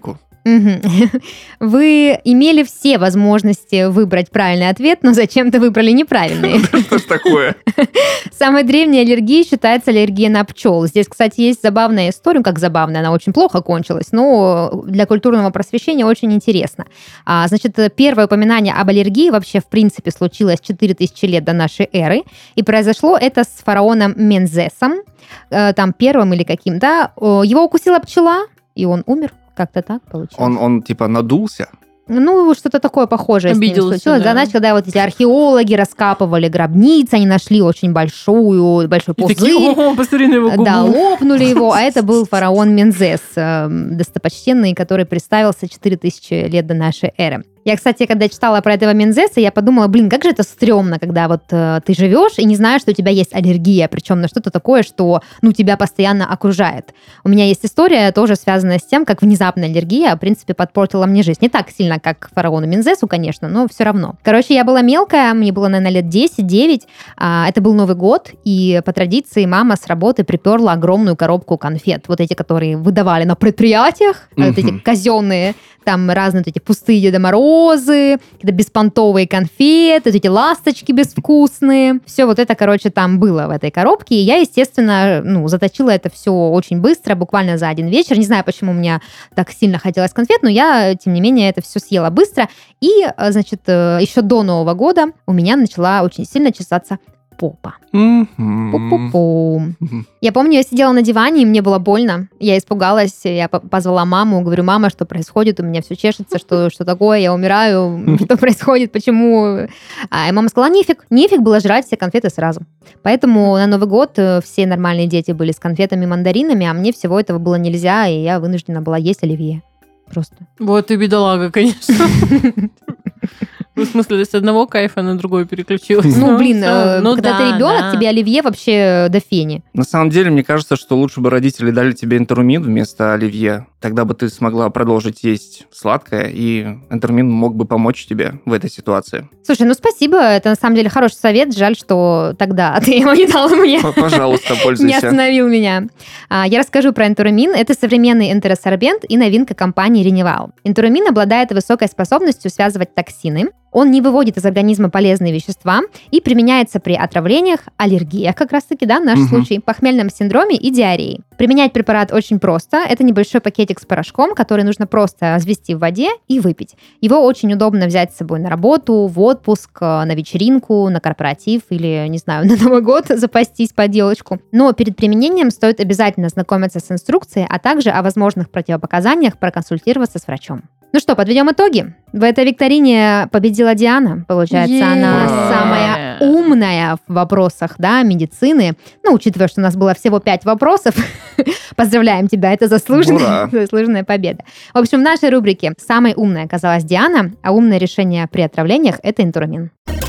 Вы имели все возможности выбрать правильный ответ, но зачем-то выбрали неправильный. Что ж такое? Самой древней аллергией считается аллергия на пчел. Здесь, кстати, есть забавная история, как забавная, она очень плохо кончилась, но для культурного просвещения очень интересно. Значит, первое упоминание об аллергии вообще в принципе случилось 4000 лет до нашей эры, и произошло это с фараоном Мензесом, там первым или каким-то. Его укусила пчела, и он умер. Как-то так получилось. Он типа надулся? Ну, что-то такое похожее Обиделся, с ним случилось. да. Знаешь, когда вот эти археологи раскапывали гробницы, они нашли очень большой пузырь. Посмотри на его губу. Да, лопнули его, а это был фараон Мензес, достопочтенный, который представился 4000 лет до нашей эры. Я, кстати, когда читала про этого Мензеса, я подумала, как же это стрёмно, когда вот ты живешь и не знаешь, что у тебя есть аллергия, причем на что-то такое, что, тебя постоянно окружает. У меня есть история, тоже связанная с тем, как внезапная аллергия, в принципе, подпортила мне жизнь. Не так сильно, как фараону Мензесу, конечно, но все равно. Короче, я была мелкая, мне было, наверное, лет 10-9, это был Новый год, и по традиции мама с работы приперла огромную коробку конфет, вот эти, которые выдавали на предприятиях, вот эти казенные, там разные вот эти пустые Деда Морозы, какие-то беспонтовые конфеты, вот эти ласточки безвкусные. Все вот это, короче, там было в этой коробке. И я, естественно, заточила это все очень быстро, буквально за один вечер. Не знаю, почему мне так сильно хотелось конфет, но я, тем не менее, это все съела быстро. И, значит, еще до Нового года у меня начала очень сильно чесаться попа. Пу-пу-пу. Я помню, я сидела на диване, и мне было больно. Я испугалась, я позвала маму, говорю, мама, что происходит? У меня все чешется, что такое, я умираю, что происходит, почему? И мама сказала, нефиг было жрать все конфеты сразу. Поэтому на Новый год все нормальные дети были с конфетами, мандаринами, а мне всего этого было нельзя, и я вынуждена была есть оливье. Просто. Вот и бедолага, конечно. В смысле, с одного кайфа на другой переключилась. Когда ты ребенок, тебе оливье вообще до фени. На самом деле, мне кажется, что лучше бы родители дали тебе энтерумин вместо оливье. Тогда бы ты смогла продолжить есть сладкое, и энтерумин мог бы помочь тебе в этой ситуации. Слушай, спасибо, это на самом деле хороший совет. Жаль, что тогда ты его не дал мне. Пожалуйста, пользуйся. Не остановил меня. Я расскажу про энтерумин. Это современный энтеросорбент и новинка компании Renewal. Энтерумин обладает высокой способностью связывать токсины. Он не выводит из организма полезные вещества и применяется при отравлениях, аллергиях, как раз-таки, да, наш случай, похмельном синдроме и диарее. Применять препарат очень просто. Это небольшой пакетик с порошком, который нужно просто развести в воде и выпить. Его очень удобно взять с собой на работу, в отпуск, на вечеринку, на корпоратив или, не знаю, на Новый год запастись под елочку. Но перед применением стоит обязательно знакомиться с инструкцией, а также о возможных противопоказаниях проконсультироваться с врачом. Ну что, подведем итоги. В этой викторине победила Диана. Получается, она самая умная в вопросах, да, медицины. Учитывая, что у нас было всего 5 вопросов, поздравляем тебя, это заслуженная победа. В общем, в нашей рубрике самой умной оказалась Диана, а умное решение при отравлениях – это энтерумин.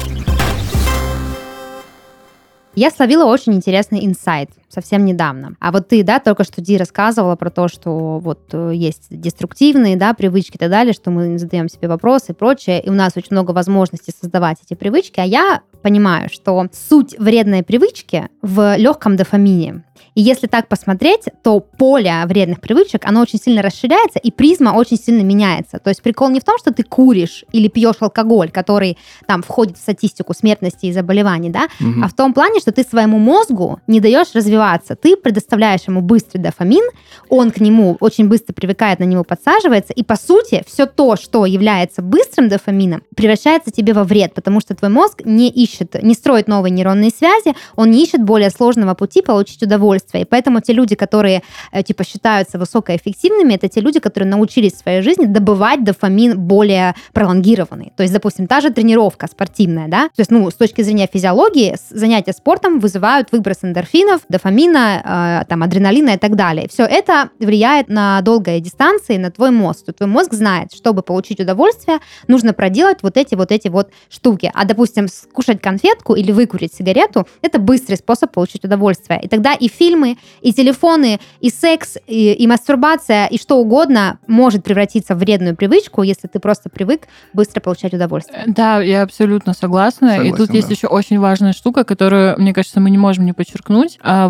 Я словила очень интересный инсайт совсем недавно. А вот ты, да, только что, Ди, рассказывала про то, что вот есть деструктивные, да, привычки и так далее, что мы задаем себе вопросы и прочее, и у нас очень много возможностей создавать эти привычки, а я понимаю, что суть вредной привычки в легком дофамине. И если так посмотреть, то поле вредных привычек, оно очень сильно расширяется, и призма очень сильно меняется. То есть прикол не в том, что ты куришь или пьешь алкоголь, который там входит в статистику смертности и заболеваний, да, а в том плане, что ты своему мозгу не даешь развиваться. Ты предоставляешь ему быстрый дофамин, он к нему очень быстро привыкает, на него подсаживается, и по сути все то, что является быстрым дофамином, превращается тебе во вред, потому что твой мозг не строит новые нейронные связи, он не ищет более сложного пути получить удовольствие. И поэтому те люди, которые считаются высокоэффективными, это те люди, которые научились в своей жизни добывать дофамин более пролонгированный. То есть, допустим, та же тренировка спортивная, да, то есть, с точки зрения физиологии, занятия спортом вызывают выброс эндорфинов, дофамина, адреналина и так далее. Все это влияет на долгой дистанции на твой мозг. Твой мозг знает, чтобы получить удовольствие, нужно проделать вот эти штуки. А, допустим, скушать конфетку или выкурить сигарету – это быстрый способ получить удовольствие. И тогда и фильмы, и телефоны, и секс, и мастурбация, и что угодно может превратиться в вредную привычку, если ты просто привык быстро получать удовольствие. Да, я абсолютно согласна. И тут есть еще очень важная штука, которую, мне кажется, мы не можем не подчеркнуть.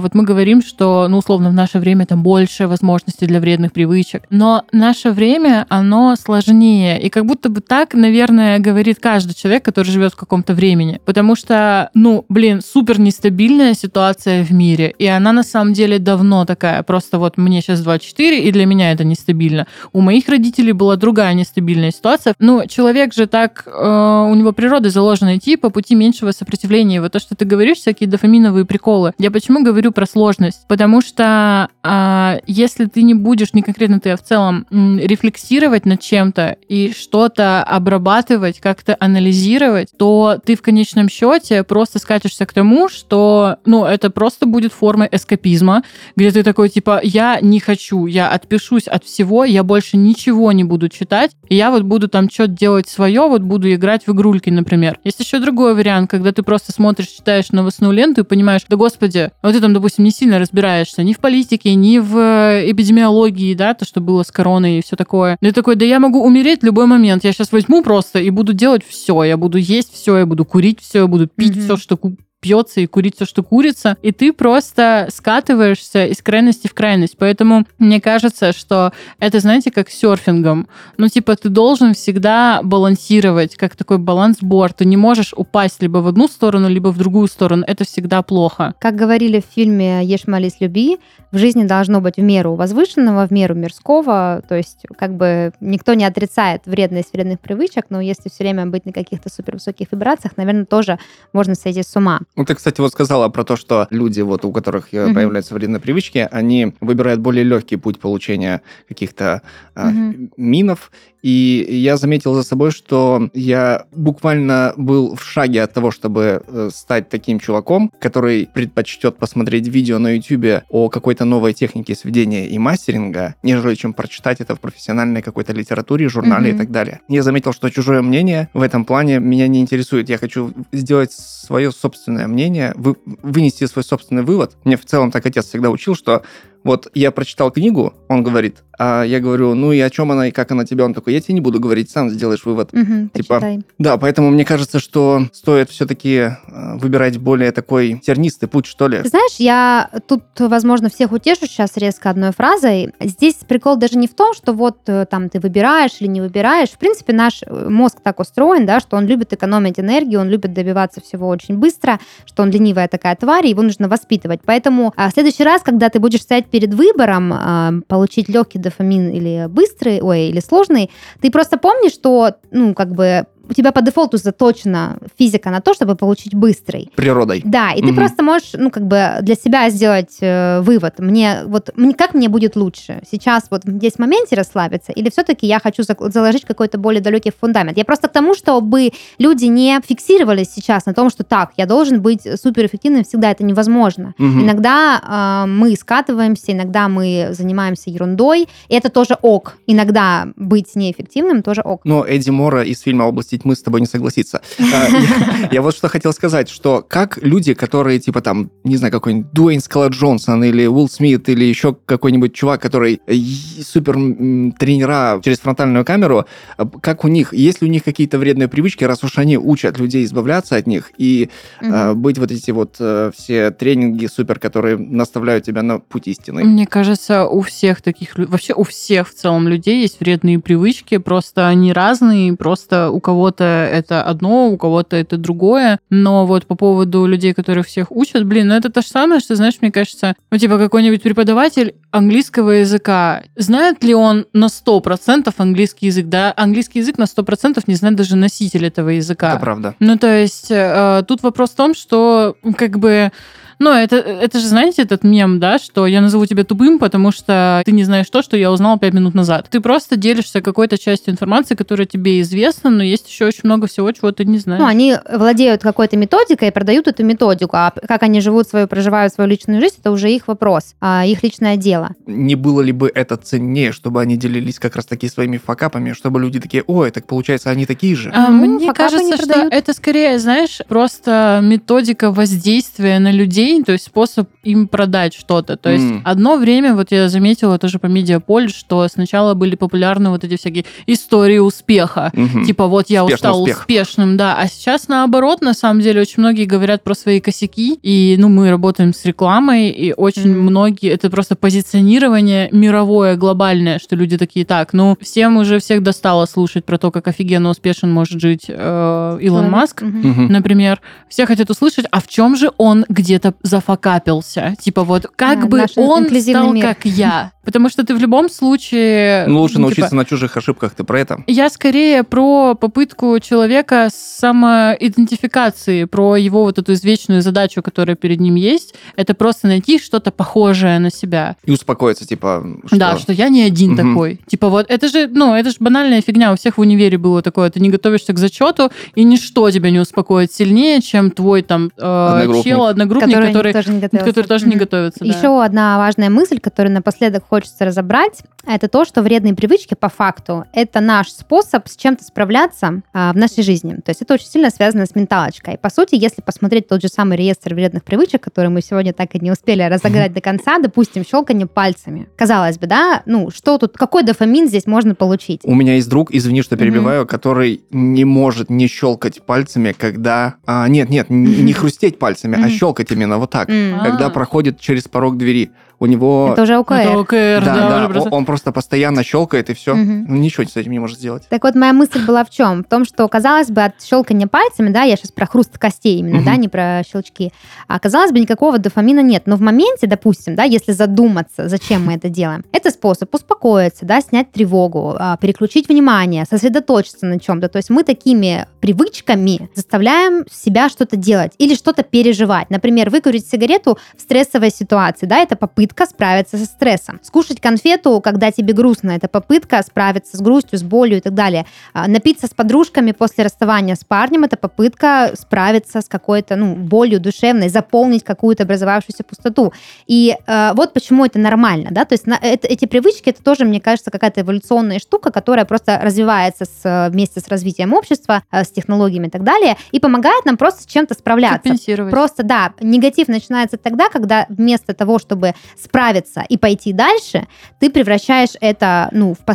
вот мы говорим, что, ну, условно, в наше время там больше возможностей для вредных привычек, но наше время, оно сложнее, и как будто бы так, наверное, говорит каждый человек, который живет в каком-то времени, потому что, ну, блин, супер нестабильная ситуация в мире, и она на самом деле давно такая, просто вот мне сейчас 24, и для меня это нестабильно. У моих родителей была другая нестабильная ситуация. Ну, человек же так, у него природой заложено идти по пути меньшего сопротивления. Вот то, что ты говоришь, всякие дофаминовые приколы. Я почему говорю про сложность? Потому что если ты не будешь, не конкретно ты, а в целом рефлексировать над чем-то и что-то обрабатывать, как-то анализировать, то ты в конечном счете просто скатишься к тому, что, ну, это просто будет формой эскапизма, где ты такой, типа, я не хочу, я отпишусь от всего, я больше ничего не буду читать, и я вот буду там что-то делать свое, вот буду играть в игрульки, например. Есть еще другой вариант, когда ты просто смотришь, читаешь новостную ленту и понимаешь, да господи, вот ты там, допустим, не сильно разбираешься ни в политике, ни в эпидемиологии, да, то, что было с короной и все такое. И ты такой, да я могу умереть в любой момент, я сейчас возьму просто и буду делать все, я буду есть все, я буду курить все, я буду пить все, что пьется, и курить все, что курится, и ты просто скатываешься из крайности в крайность. Поэтому мне кажется, что это, знаете, как с серфингом. Ну, типа, ты должен всегда балансировать, как такой балансборд. Ты не можешь упасть либо в одну сторону, либо в другую сторону. Это всегда плохо. Как говорили в фильме «Ешь, молись, люби», в жизни должно быть в меру возвышенного, в меру мирского. То есть, как бы, никто не отрицает вредность вредных привычек, но если все время быть на каких-то супервысоких вибрациях, наверное, тоже можно сойти с ума. Ну, ты, кстати, вот сказала про то, что люди, вот у которых появляются вредные привычки, они выбирают более легкий путь получения каких-то минов. И я заметил за собой, что я буквально был в шаге от того, чтобы стать таким чуваком, который предпочтет посмотреть видео на YouTube о какой-то новой технике сведения и мастеринга, нежели чем прочитать это в профессиональной какой-то литературе, журнале и так далее. Я заметил, что чужое мнение в этом плане меня не интересует. Я хочу сделать свое собственное мнение, вынести свой собственный вывод. Мне в целом так отец всегда учил, что вот я прочитал книгу, он говорит, а я говорю, ну и о чем она, и как она тебе? Он такой, я тебе не буду говорить, сам сделаешь вывод. Почитай. Да, поэтому мне кажется, что стоит все-таки выбирать более такой тернистый путь, что ли. Ты знаешь, я тут, возможно, всех утешу сейчас резко одной фразой. Здесь прикол даже не в том, что вот там ты выбираешь или не выбираешь. В принципе, наш мозг так устроен, да, что он любит экономить энергию, он любит добиваться всего очень быстро, что он ленивая такая тварь, и его нужно воспитывать. Поэтому в следующий раз, когда ты будешь стоять перед выбором, получить легкий дофамин или быстрый, или сложный, ты просто помни, что, ну, как бы у тебя по дефолту заточена физика на то, чтобы получить быстрый. Природой. Да, и ты просто можешь, ну, как бы для себя сделать вывод. Как мне будет лучше? Сейчас вот здесь в моменте расслабиться, или все-таки я хочу заложить какой-то более далекий фундамент? Я просто к тому, чтобы люди не фиксировались сейчас на том, что так, я должен быть суперэффективным, всегда это невозможно. Иногда мы скатываемся, иногда мы занимаемся ерундой, и это тоже ок. Иногда быть неэффективным тоже ок. Но Эдди Мора из фильма «Области тьмы» с тобой не согласится. Я вот что хотел сказать, что как люди, которые, типа там, не знаю, какой-нибудь Дуэйн Скала Джонсон или Уилл Смит или еще какой-нибудь чувак, который супер тренера через фронтальную камеру, как у них, есть ли у них какие-то вредные привычки, раз уж они учат людей избавляться от них и быть вот эти вот все тренинги супер, которые наставляют тебя на путь истины. Мне кажется, у всех таких, вообще у всех в целом людей есть вредные привычки, просто они разные, просто у кого-то это одно, у кого-то это другое. Но вот по поводу людей, которые всех учат, блин, ну это то же самое, что, знаешь, мне кажется, ну типа какой-нибудь преподаватель английского языка, знает ли он на 100% английский язык? Да, английский язык на 100% не знает даже носитель этого языка. Это правда. Ну то есть тут вопрос в том, что как бы... Ну, это же, знаете, этот мем, да, что я назову тебя тупым, потому что ты не знаешь то, что я узнал 5 минут назад. Ты просто делишься какой-то частью информации, которая тебе известна, но есть еще очень много всего, чего ты не знаешь. Ну, они владеют какой-то методикой и продают эту методику, а как они проживают свою личную жизнь, это уже их вопрос, их личное дело. Не было ли бы это ценнее, чтобы они делились как раз-таки своими факапами, чтобы люди такие, ой, так получается, они такие же? Мне кажется, что это скорее, знаешь, просто методика воздействия на людей, людей, то есть способ им продать что-то. То есть одно время, вот я заметила тоже по медиаполе, что сначала были популярны вот эти всякие истории успеха. Типа вот я стал успешным, да. А сейчас наоборот, на самом деле, очень многие говорят про свои косяки. И, мы работаем с рекламой, и очень многие... Это просто позиционирование мировое, глобальное, что люди такие, так, всем уже всех достало слушать про то, как офигенно успешен может жить Илон Маск, например. Все хотят услышать, а в чем же он где-то зафакапился? Типа вот, как бы он стал мир. Как я? Потому что ты в любом случае... лучше научиться на чужих ошибках, ты про это? Я скорее про попытку человека самоидентификации, про его вот эту извечную задачу, которая перед ним есть. Это просто найти что-то похожее на себя. И успокоиться, типа... Что... Да, что я не один такой. Типа вот, это же банальная фигня. У всех в универе было такое. Ты не готовишься к зачету, и ничто тебя не успокоит сильнее, чем твой там одногруппник, который тоже не готовится. Еще одна важная мысль, которую напоследок хочется разобрать, это то, что вредные привычки по факту это наш способ с чем-то справляться в нашей жизни. То есть это очень сильно связано с менталочкой. По сути, если посмотреть тот же самый реестр вредных привычек, который мы сегодня так и не успели разыграть до конца, допустим, щелканье пальцами. Казалось бы, да, что тут, какой дофамин здесь можно получить? У меня есть друг, извини, что перебиваю, который не может не щелкать пальцами, когда... не хрустеть пальцами, а щелкать именно вот так, когда проходит через порог двери. У него... Это уже ОКР. Это ОКР, да. Он просто постоянно щелкает, и все. Ничего с этим не может сделать. Так вот, моя мысль была в чем? В том, что, казалось бы, от щелкания пальцами, да, я сейчас про хруст костей именно, да, не про щелчки, а, казалось бы, никакого дофамина нет. Но в моменте, допустим, да, если задуматься, зачем мы это делаем, это способ успокоиться, да, снять тревогу, переключить внимание, сосредоточиться на чем-то. То есть мы такими привычками заставляем себя что-то делать или что-то переживать. Например, выкурить сигарету в стрессовой ситуации, да, это попытка справиться со стрессом. Скушать конфету, когда тебе грустно, это попытка справиться с грустью, с болью и так далее. Напиться с подружками после расставания с парнем, это попытка справиться с какой-то, болью душевной, заполнить какую-то образовавшуюся пустоту. И вот почему это нормально, да, то есть эти привычки, это тоже, мне кажется, какая-то эволюционная штука, которая просто развивается вместе с развитием общества, с технологиями и так далее, и помогает нам просто с чем-то справляться. Компенсировать. Просто, да, негатив начинается тогда, когда вместо того, чтобы справиться и пойти дальше, ты превращаешь это,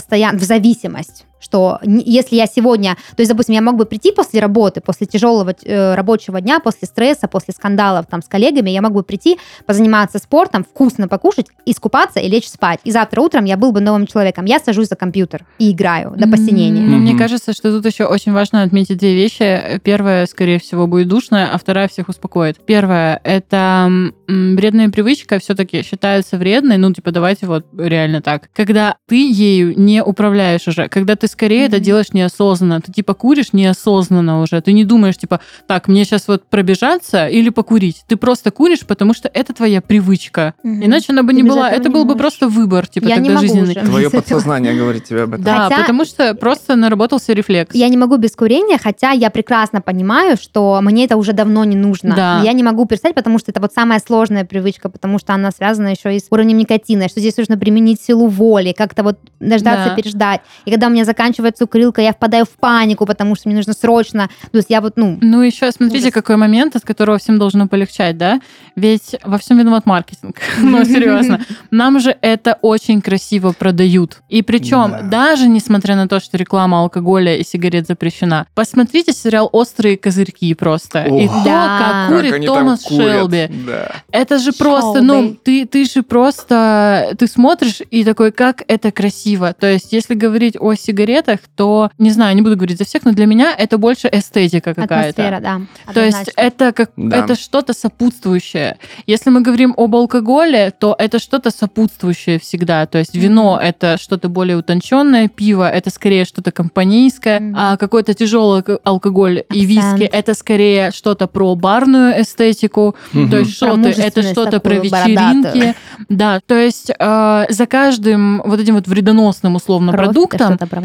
в зависимость. Что если я сегодня, то есть, допустим, я мог бы прийти после работы, после тяжелого рабочего дня, после стресса, после скандалов там с коллегами, я мог бы прийти, позаниматься спортом, вкусно покушать, искупаться и лечь спать. И завтра утром я был бы новым человеком. Я сажусь за компьютер и играю до посинения. Мне кажется, что тут еще очень важно отметить две вещи. Первая, скорее всего, будет душная, а вторая всех успокоит. Первая — это вредная привычка все-таки считается вредной, давайте вот реально так. Когда ты ею не управляешь уже, когда ты скорее это делаешь неосознанно. Ты куришь неосознанно уже. Ты не думаешь, так, мне сейчас вот пробежаться или покурить. Ты просто куришь, потому что это твоя привычка. Иначе она бы не была. Это был бы просто выбор, тогда жизненный. Твое подсознание говорит тебе об этом. Да, потому что просто наработался рефлекс. Я не могу без курения, хотя я прекрасно понимаю, что мне это уже давно не нужно. Да. Я не могу перестать, потому что это вот самая сложная привычка, потому что она связана еще и с уровнем никотина, что здесь нужно применить силу воли, как-то вот дождаться, переждать. И когда у меня заканчивается курилка, я впадаю в панику, потому что мне нужно срочно. То есть я вот, еще смотрите, какой момент, от которого всем должно полегчать, да? Ведь во всем виноват маркетинг. Серьезно. Нам же это очень красиво продают. И причем, даже несмотря на то, что реклама алкоголя и сигарет запрещена, посмотрите сериал «Острые козырьки» просто. И то, как курит Томас Шелби. Это же просто, ты же просто, ты смотришь и такой, как это красиво. То есть, если говорить о сигаретах, то, не знаю, не буду говорить за всех, но для меня это больше эстетика какая-то. Атмосфера, да. То есть это что-то сопутствующее. Если мы говорим об алкоголе, то это что-то сопутствующее всегда. То есть вино — это что-то более утонченное, пиво — это скорее что-то компанейское, а какой-то тяжелый алкоголь и виски — это скорее что-то про барную эстетику. То есть шоты — это что-то про вечеринки. Да, то есть за каждым вот этим вот вредоносным условно продуктом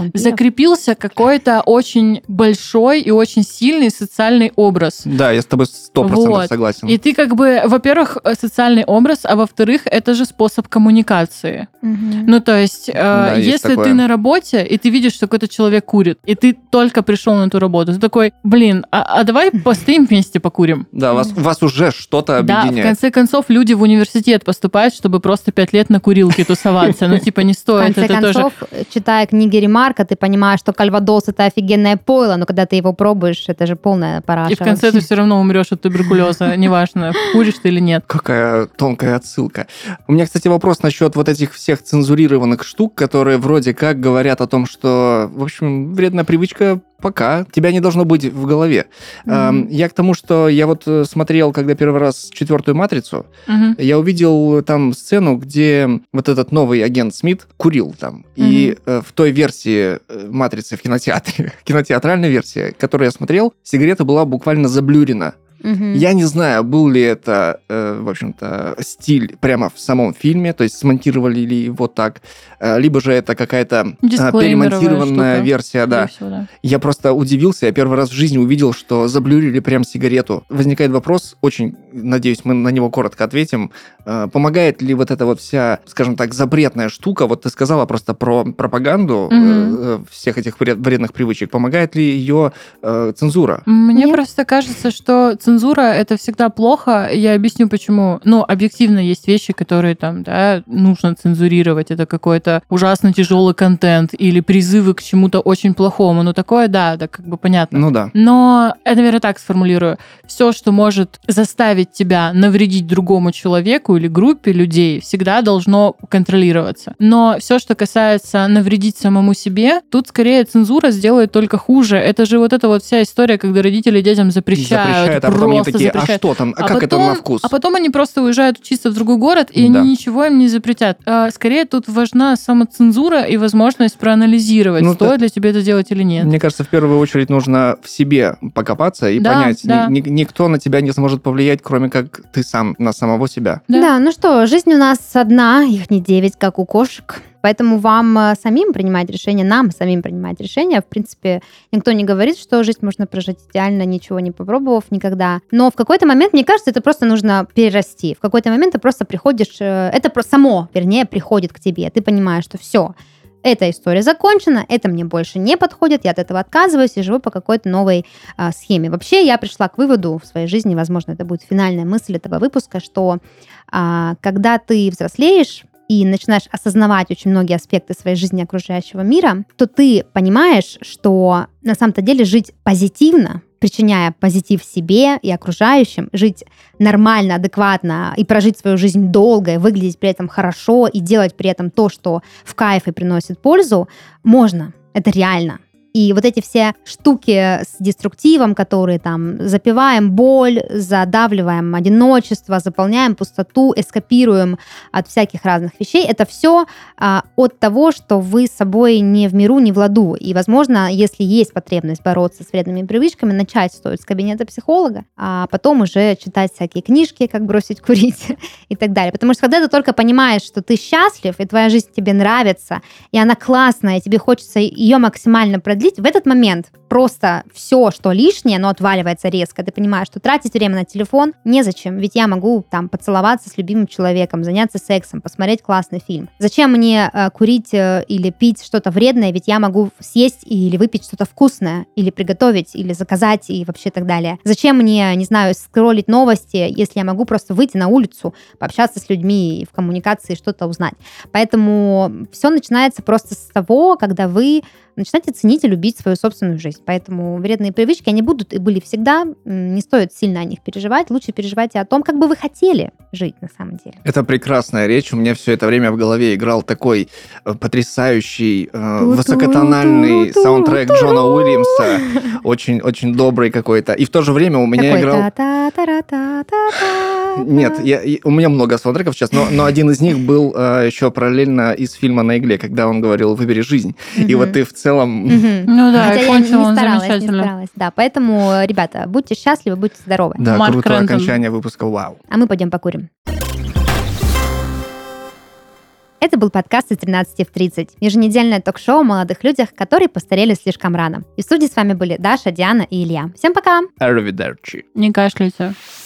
закрепился какой-то очень большой и очень сильный социальный образ. Да, я с тобой 100% согласен. И ты как бы, во-первых, социальный образ, а во-вторых, это же способ коммуникации. Ну, то есть, если ты на работе, и ты видишь, что какой-то человек курит, и ты только пришел на эту работу, ты такой, а давай постоим вместе покурим. Да, вас уже что-то объединяет. Да, в конце концов, люди в университет поступают, чтобы просто 5 лет на курилке тусоваться. Ну, типа, не стоит. В конце концов, читая книги Ремарка, ты понимаешь, что кальвадос — это офигенное пойло, но когда ты его пробуешь, это же полная параша. И в конце ты все равно умрешь от туберкулеза, неважно, куришь ты или нет. Какая тонкая отсылка. У меня, кстати, вопрос насчет вот этих всех цензурированных штук, которые вроде как говорят о том, что, в общем, вредная привычка пока тебя не должно быть в голове. Я к тому, что я вот смотрел, когда первый раз «Четвертую матрицу», я увидел там сцену, где вот этот новый агент Смит курил там. И в той версии «Матрицы» в кинотеатре, кинотеатральной версии, которую я смотрел, сигарета была буквально заблюрена. Я не знаю, был ли это, в общем-то, стиль прямо в самом фильме, то есть смонтировали ли его так, либо же это какая-то перемонтированная версия, да. Я просто удивился, я первый раз в жизни увидел, что заблюрили прям сигарету. Возникает вопрос, очень, надеюсь, мы на него коротко ответим, помогает ли вот эта вот вся, скажем так, запретная штука, вот ты сказала просто про пропаганду всех этих вредных привычек, помогает ли ее цензура? Мне просто кажется, что цензура — это всегда плохо. Я объясню, почему. Ну, объективно есть вещи, которые там, да, нужно цензурировать. Это какой-то ужасно тяжелый контент или призывы к чему-то очень плохому. Ну, такое, да, как бы понятно. Ну, да. Но я, наверное, так сформулирую. Все, что может заставить тебя навредить другому человеку или группе людей, всегда должно контролироваться. Но все, что касается навредить самому себе, тут скорее цензура сделает только хуже. Это же вот эта вот вся история, когда родители детям запрещают, а потом они такие, а что там, а как это на вкус? А потом они просто уезжают учиться в другой город, и они ничего им не запретят. Скорее тут важна самоцензура и возможность проанализировать, стоит ли тебе это делать или нет. Мне кажется, в первую очередь нужно в себе покопаться и понять, никто на тебя не сможет повлиять, кроме как ты сам на самого себя. Да, ну что, жизнь у нас одна, их не 9, как у кошек. Поэтому вам самим принимать решения, нам самим принимать решения. В принципе, никто не говорит, что жизнь можно прожить идеально, ничего не попробовав никогда. Но в какой-то момент, мне кажется, это просто нужно перерасти. В какой-то момент ты просто приходишь, это само, вернее, приходит к тебе. Ты понимаешь, что все, эта история закончена, это мне больше не подходит, я от этого отказываюсь и живу по какой-то новой схеме. Вообще, я пришла к выводу в своей жизни, возможно, это будет финальная мысль этого выпуска, что когда ты взрослеешь, и начинаешь осознавать очень многие аспекты своей жизни окружающего мира, то ты понимаешь, что на самом-то деле жить позитивно, причиняя позитив себе и окружающим, жить нормально, адекватно и прожить свою жизнь долго, и выглядеть при этом хорошо, и делать при этом то, что в кайф и приносит пользу, можно. Это реально. И вот эти все штуки с деструктивом, которые там запиваем боль, задавливаем одиночество, заполняем пустоту, эскапируем от всяких разных вещей, это все от того, что вы с собой не в миру, не в ладу. И, возможно, если есть потребность бороться с вредными привычками, начать стоит с кабинета психолога, а потом уже читать всякие книжки, как бросить курить и так далее. Потому что когда ты только понимаешь, что ты счастлив, и твоя жизнь тебе нравится, и она классная, и тебе хочется ее максимально продлить, в этот момент просто все, что лишнее, оно отваливается резко. Ты понимаешь, что тратить время на телефон незачем, ведь я могу там поцеловаться с любимым человеком, заняться сексом, посмотреть классный фильм. Зачем мне курить или пить что-то вредное, ведь я могу съесть или выпить что-то вкусное, или приготовить, или заказать, и вообще так далее. Зачем мне, не знаю, скроллить новости, если я могу просто выйти на улицу, пообщаться с людьми и в коммуникации что-то узнать. Поэтому все начинается просто с того, когда вы начинаете ценить и любить свою собственную жизнь. Поэтому вредные привычки, они будут и были всегда. Не стоит сильно о них переживать. Лучше переживайте о том, как бы вы хотели жить на самом деле. Это прекрасная речь. У меня все это время в голове играл такой потрясающий, высокотональный саундтрек Джона Уильямса. Очень добрый какой-то. И в то же время у меня играл... Нет, у меня много саундтреков сейчас, но один из них был еще параллельно из фильма «На игле», когда он говорил «Выбери жизнь». И вот ты в целом... Ну да, хотя и я не кончил он старалась, замечательно. Да, поэтому, ребята, будьте счастливы, будьте здоровы. Да, Марк крутое Рэндон. окончание выпуска, вау. А мы пойдем покурим. Это был подкаст из 13 в 30. Еженедельное ток-шоу о молодых людях, которые постарели слишком рано. И в студии с вами были Даша, Диана и Илья. Всем пока! Arrivederci. Не кашляйте.